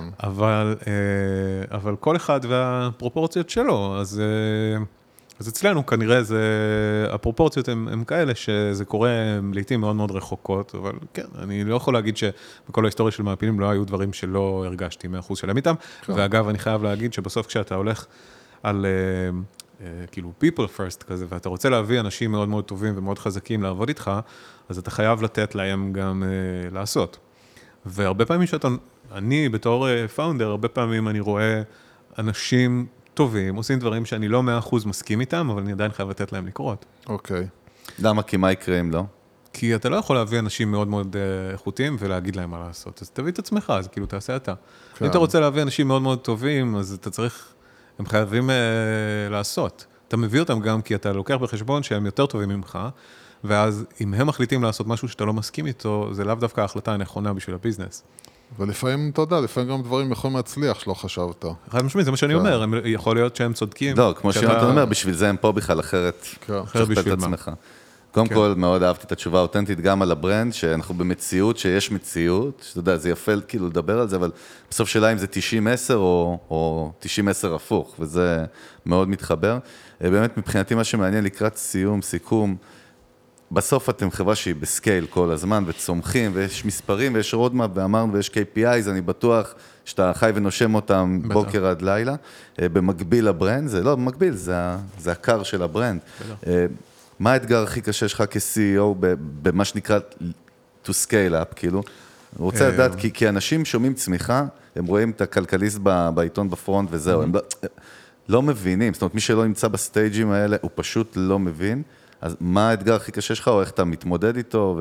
אבל כל אחד והפרופורציות שלו, אז אצלנו כנראה הפרופורציות הן כאלה שזה קורה לעתים מאוד מאוד רחוקות, אבל כן, אני לא יכול להגיד שבכל ההיסטוריה של מעפילים לא היו דברים שלא הרגשתי 100% שלהם איתם, ואגב, אני חייב להגיד שבסוף כשאתה הולך על כאילו people first כזה, ואתה רוצה להביא אנשים מאוד מאוד טובים ומאוד חזקים לעבוד איתך, אז אתה חייב לתת להם גם לעשות. והרבה פעמים אני בתור פאונדר, הרבה פעמים אני רואה אנשים טובים, עושים דברים שאני לא 100% מסכים איתם, אבל אני עדיין חייב לתת להם לקרות. אוקיי. למה? כי מה יקרה אם לא? כי אתה לא יכול להביא אנשים מאוד מאוד איכותיים ולהגיד להם מה לעשות. אז תביא את עצמך, אז כאילו תעשה אתה. אם אתה רוצה להביא אנשים מאוד מאוד טובים, אז אתה צריך, הם חייבים לעשות. אתה מביא אותם גם כי אתה לוקח בחשבון שהם יותר טובים ממך, ואז אם הם מחליטים לעשות משהו שאתה לא מסכים איתו, זה לאו דווקא ההחלטה הנכונה בשביל הביזנס. ולפעמים, אתה יודע, לפעמים גם דברים יכולים להצליח שלא חשבת. חד משמעית, זה מה שאני אומר, יכול להיות שהם צודקים. לא, כמו שיונתן אומר, בשביל זה הם פה בכלל, אחרת בשביל את עצמך. קודם כל, מאוד אהבתי את התשובה האותנטית גם על הברנד, שאנחנו במציאות, שיש מציאות, שאתה יודע, זה יפה כאילו לדבר על זה, אבל בסוף שאלה אם זה 90-10 או 90-10 הפוך, וזה מאוד מתחבר. באמת, מבחינתי מה שמעניין לקראת סיכום, בסוף אתם חברה שהיא בסקייל כל הזמן, וצומחים, ויש מספרים, ויש רודמאפ, ואמרנו, ויש KPIs, אני בטוח שאתה חי ונושם אותם בוקר עד לילה. במקביל לברנד, זה לא במקביל, זה הקר של הברנד. מה האתגר הכי קשה שלך כ-CEO במה שנקרא to scale up, כאילו? אני רוצה לדעת, כי אנשים שומעים צמיחה, הם רואים את הכלכליסט בעיתון בפרונט וזהו, הם לא מבינים, זאת אומרת, מי שלא נמצא בסטייג'ים האלה, הוא פשוט לא מבין. אז מה האתגר הכי קשה שלך, או איך אתה מתמודד איתו?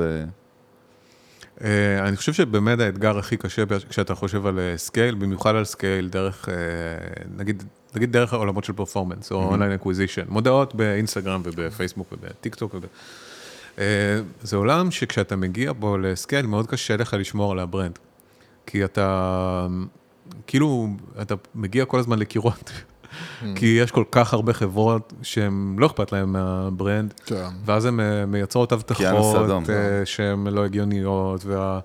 אני חושב שבאמת האתגר הכי קשה כשאתה חושב על סקייל, במיוחד על סקייל דרך, נגיד דרך העולמות של פרפורמנס, או אונליין אקוויזישן, מודעות באינסטגרם ובפייסבוק ובטיק טוק. זה עולם שכשאתה מגיע בו לסקייל, מאוד קשה לך לשמור על הברנד. כי אתה, כאילו, אתה מגיע כל הזמן לקירות. כי יש כל כך הרבה חברות שהן לא אכפת להן מהברנד, ואז הן מייצרות הבטחות שהן לא הגיוניות,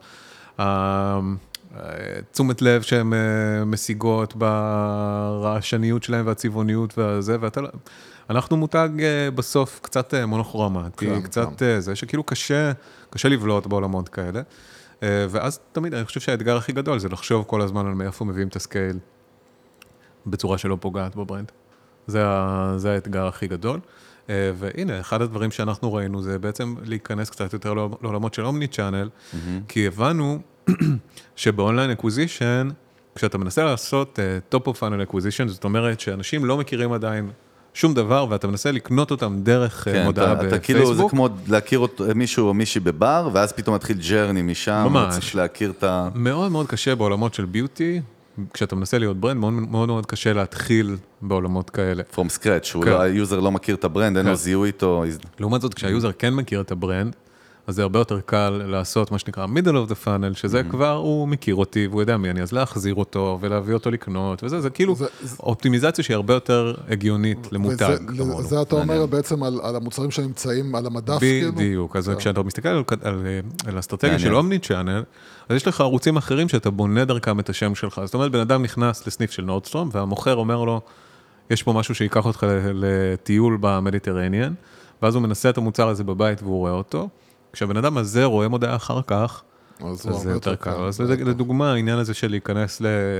והתשומת לב שהן משיגות ברעשניות שלהן והצבעוניות והזה, אנחנו מותג בסוף קצת מונוכרומטי, קצת זה שכאילו קשה לבלוט בעולמות כאלה, ואז תמיד אני חושב שהאתגר הכי גדול זה לחשוב כל הזמן על מאיפה מביאים את הסקייל, בצורה שלא פוגעת בברנד. זה האתגר הכי גדול. והנה, אחד הדברים שאנחנו ראינו זה בעצם להיכנס קצת יותר לעולמות של אומני צ'אנל, כי הבנו שבאונליין אקוויזישן, כשאתה מנסה לעשות top of funnel acquisition, זאת אומרת שאנשים לא מכירים עדיין שום דבר, ואתה מנסה לקנות אותם דרך מודעה בפייסבוק. אתה כאילו, זה כמו להכיר מישהו או מישהי בבר, ואז פתאום מתחיל ג'רני משם, ממש. להכיר את ה... מאוד מאוד קשה בעולמות של ביוטי, כשאתה מנסה להיות ברנד, מאוד מאוד קשה להתחיל בעולמות כאלה. From scratch, היוזר לא מכיר את הברנד, אין לו זיהוי איתו. לעומת זאת, כשהיוזר כן מכיר את הברנד, אז זה הרבה יותר קל לעשות מה שנקרא middle of the funnel, שזה כבר הוא מכיר אותי, והוא יודע מי אני, אז להחזיר אותו ולהביא אותו לקנות, וזה, זה כאילו אופטימיזציה שהיא הרבה יותר הגיונית למותג. זה אתה אומר בעצם על המוצרים שנמצאים על המדף, כאילו? בדיוק, אז כשאתה מסתכל על האסטרטגיה של אומני צ'אנל, אז יש לך ערוצים אחרים שאתה בונה דרכם את השם שלך. זאת אומרת, בן אדם נכנס לסניף של נורדסטרום, והמוכר אומר לו, יש פה משהו שיקח אותך לטיול במדיטרניאן, ואז הוא מנסה את המוצר הזה בבית והוא רואה אותו. כשהבן אדם הזה רואה מודעה אחר כך, אז זה יותר קל. אז לדוגמה, העניין הזה של להיכנס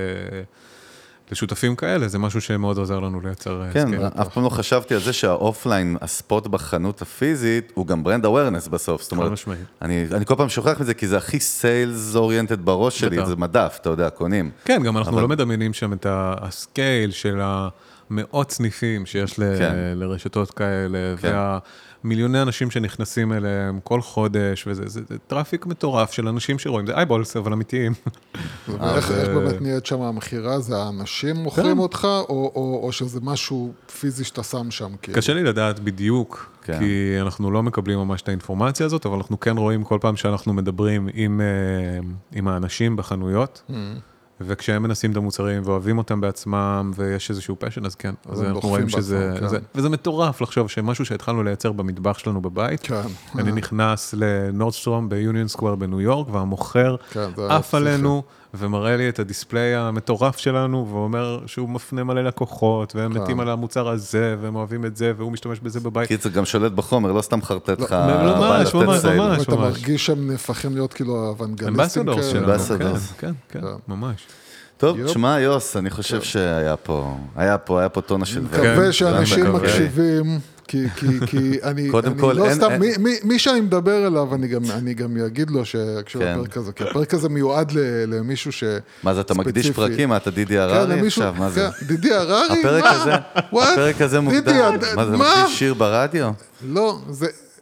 לשותפים כאלה, זה משהו שמאוד עוזר לנו לייצר... כן, אף פעם לא חשבתי על זה שהאופליין, הספוט בחנות הפיזית, הוא גם ברנד אווירנס בסוף. זאת אומרת, אני כל פעם שוכח מזה, כי זה הכי סיילס אוריינטד בראש שלי, זה מדף, אתה יודע, קונים. כן, גם אנחנו לא מדמיינים שם את הסקייל של המאות סניפים שיש לרשתות כאלה, מיליוני אנשים שנכנסים אליהם כל חודש, וזה טראפיק מטורף של אנשים שרואים, זה אייבולס, אבל אמיתיים. איך באמת נהיית שם המחירה? זה האנשים מוכרים אותך, או שזה משהו פיזי שאתה שם שם? קשה לי לדעת בדיוק, כי אנחנו לא מקבלים ממש את האינפורמציה הזאת, אבל אנחנו כן רואים כל פעם שאנחנו מדברים עם האנשים בחנויות, וכשהם מנסים את המוצרים ואוהבים אותם בעצמם, ויש איזשהו פשן, אז כן. אז אנחנו רואים שזה... וזה מטורף לחשוב שמשהו שהתחלנו לייצר במטבח שלנו בבית, אני נכנס לנורדסטרום ביוניון סקוואר בניו יורק, והמוכר עף עלינו, ומראה לי את הדיספליי המטורף שלנו, ואומר שהוא מפנה מלא לקוחות, והם מתים על המוצר הזה, והם אוהבים את זה, והוא משתמש בזה בבית. כי זה גם שולט בחומר, לא סתם חרטט לך... ממש. אתה מרגיש שהם נהפכים להיות כאילו אוונגליסטים כאלה. כן, ממש. טוב, תשמע, יוס, אני חושב שהיה פה טונה של... מקווה שאנשים מקשיבים, כי אני לא סתם, מי שאני מדבר אליו, אני גם אגיד לו שיקשור לפרק הזה, כי הפרק הזה מיועד למישהו ספציפי. מה זה, אתה מקדיש פרקים? אתה דידי הררי עכשיו? מה זה? דידי הררי? הפרק הזה מוקדם. מה זה, מקדיש שיר ברדיו? לא,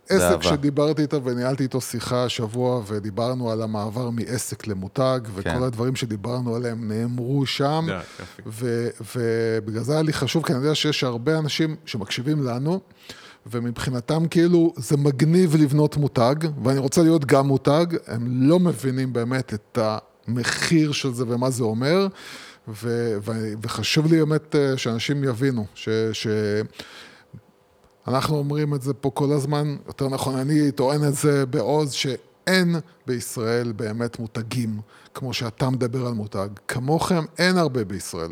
עסק אהבה. שדיברתי איתו וניהלתי איתו שיחה השבוע, ודיברנו על המעבר מעסק למותג, וכל כן. הדברים שדיברנו עליהם נאמרו שם, יופי. ובגלל זה היה לי חשוב, כי אני יודע שיש הרבה אנשים שמקשיבים לנו, ומבחינתם כאילו זה מגניב לבנות מותג, ואני רוצה להיות גם מותג, הם לא מבינים באמת את המחיר של זה ומה זה אומר, וחשוב לי באמת שאנשים יבינו, אנחנו אומרים את זה פה כל הזמן, יותר נכון, אני טוען את זה בעוז, שאין בישראל באמת מותגים, כמו שאתה מדבר על מותג. כמוכם אין הרבה בישראל.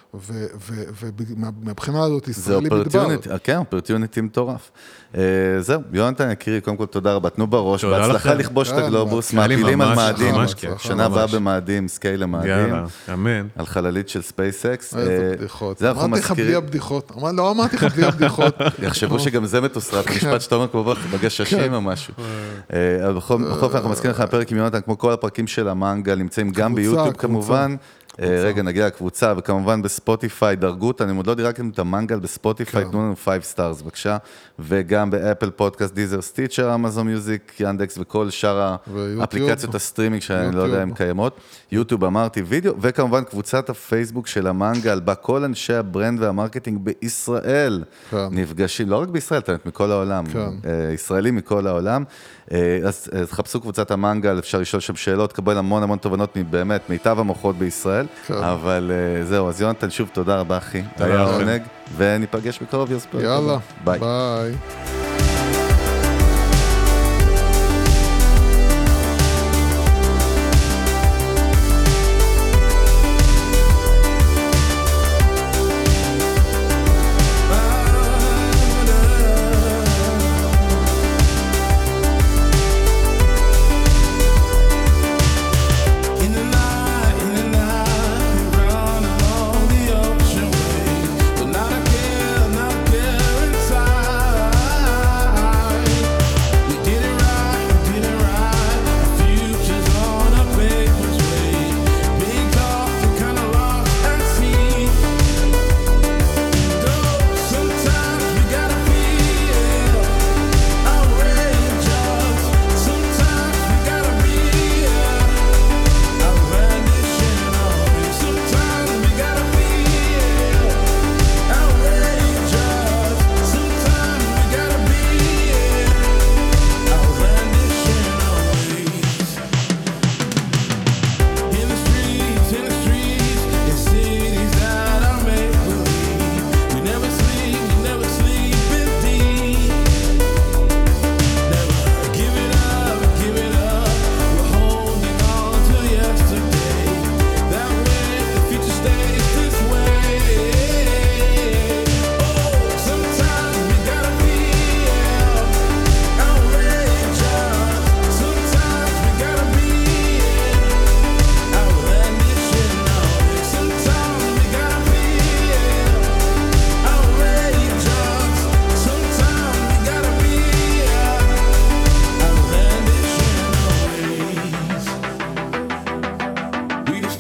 ומבחינה הזאת, ישראלי מדבר. כן, אופורטיוניטי מטורף. זהו, יונתן יקרי, קודם כל תודה רבה, תנו בראש, תודה בהצלחה לכם. לכבוש את כן, הגלובוס, היה לי מעפילים על ממש, מאדים, ממש כיף. שנה הבאה ממש. במאדים, סקייל למאדים, יאללה, אמן. על חללית של ספייסקס. איזה בדיחות. זה אנחנו אמרתי לך בלי מזכירים, הבדיחות. לא אמרתי לך בלי הבדיחות. יחשבו שגם זה מתוסרט, משפט שאתה אומר כמו בגששים או משהו. בכל אופן אנחנו מזכירים לך הפרק עם יונתן, כמו כל הפרקים של המנגה, נמצאים גם ביוטיוב כמובן. רגע, נגיע לקבוצה, וכמובן בספוטיפיי, דרגו אותנו, אם עוד לא דירקתם את המנגל בספוטיפיי, תנו לנו 5 stars בבקשה, וגם באפל פודקאסט, דיזר, סטיצ'ר, אמזון מיוזיק, ינדקס וכל שאר האפליקציות הסטרימינג שאני לא יודע אם קיימות, יוטיוב אמרתי, וידאו, וכמובן קבוצת הפייסבוק של המנגל, בה כל אנשי הברנד והמרקטינג בישראל נפגשים, לא רק בישראל, מכל העולם, ישראלים מכל העולם, אז חפשו קבוצת המנגל, אפשר לשאול שם שאלות, קבל המון תובנות מבאמת, מיטב המוחות בישראל, אבל זהו, אז יונתן, שוב תודה רבה אחי, היה עונג, וניפגש בקרוב יוספר. יאללה, ביי. ביי.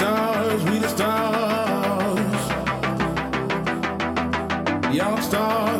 Young star.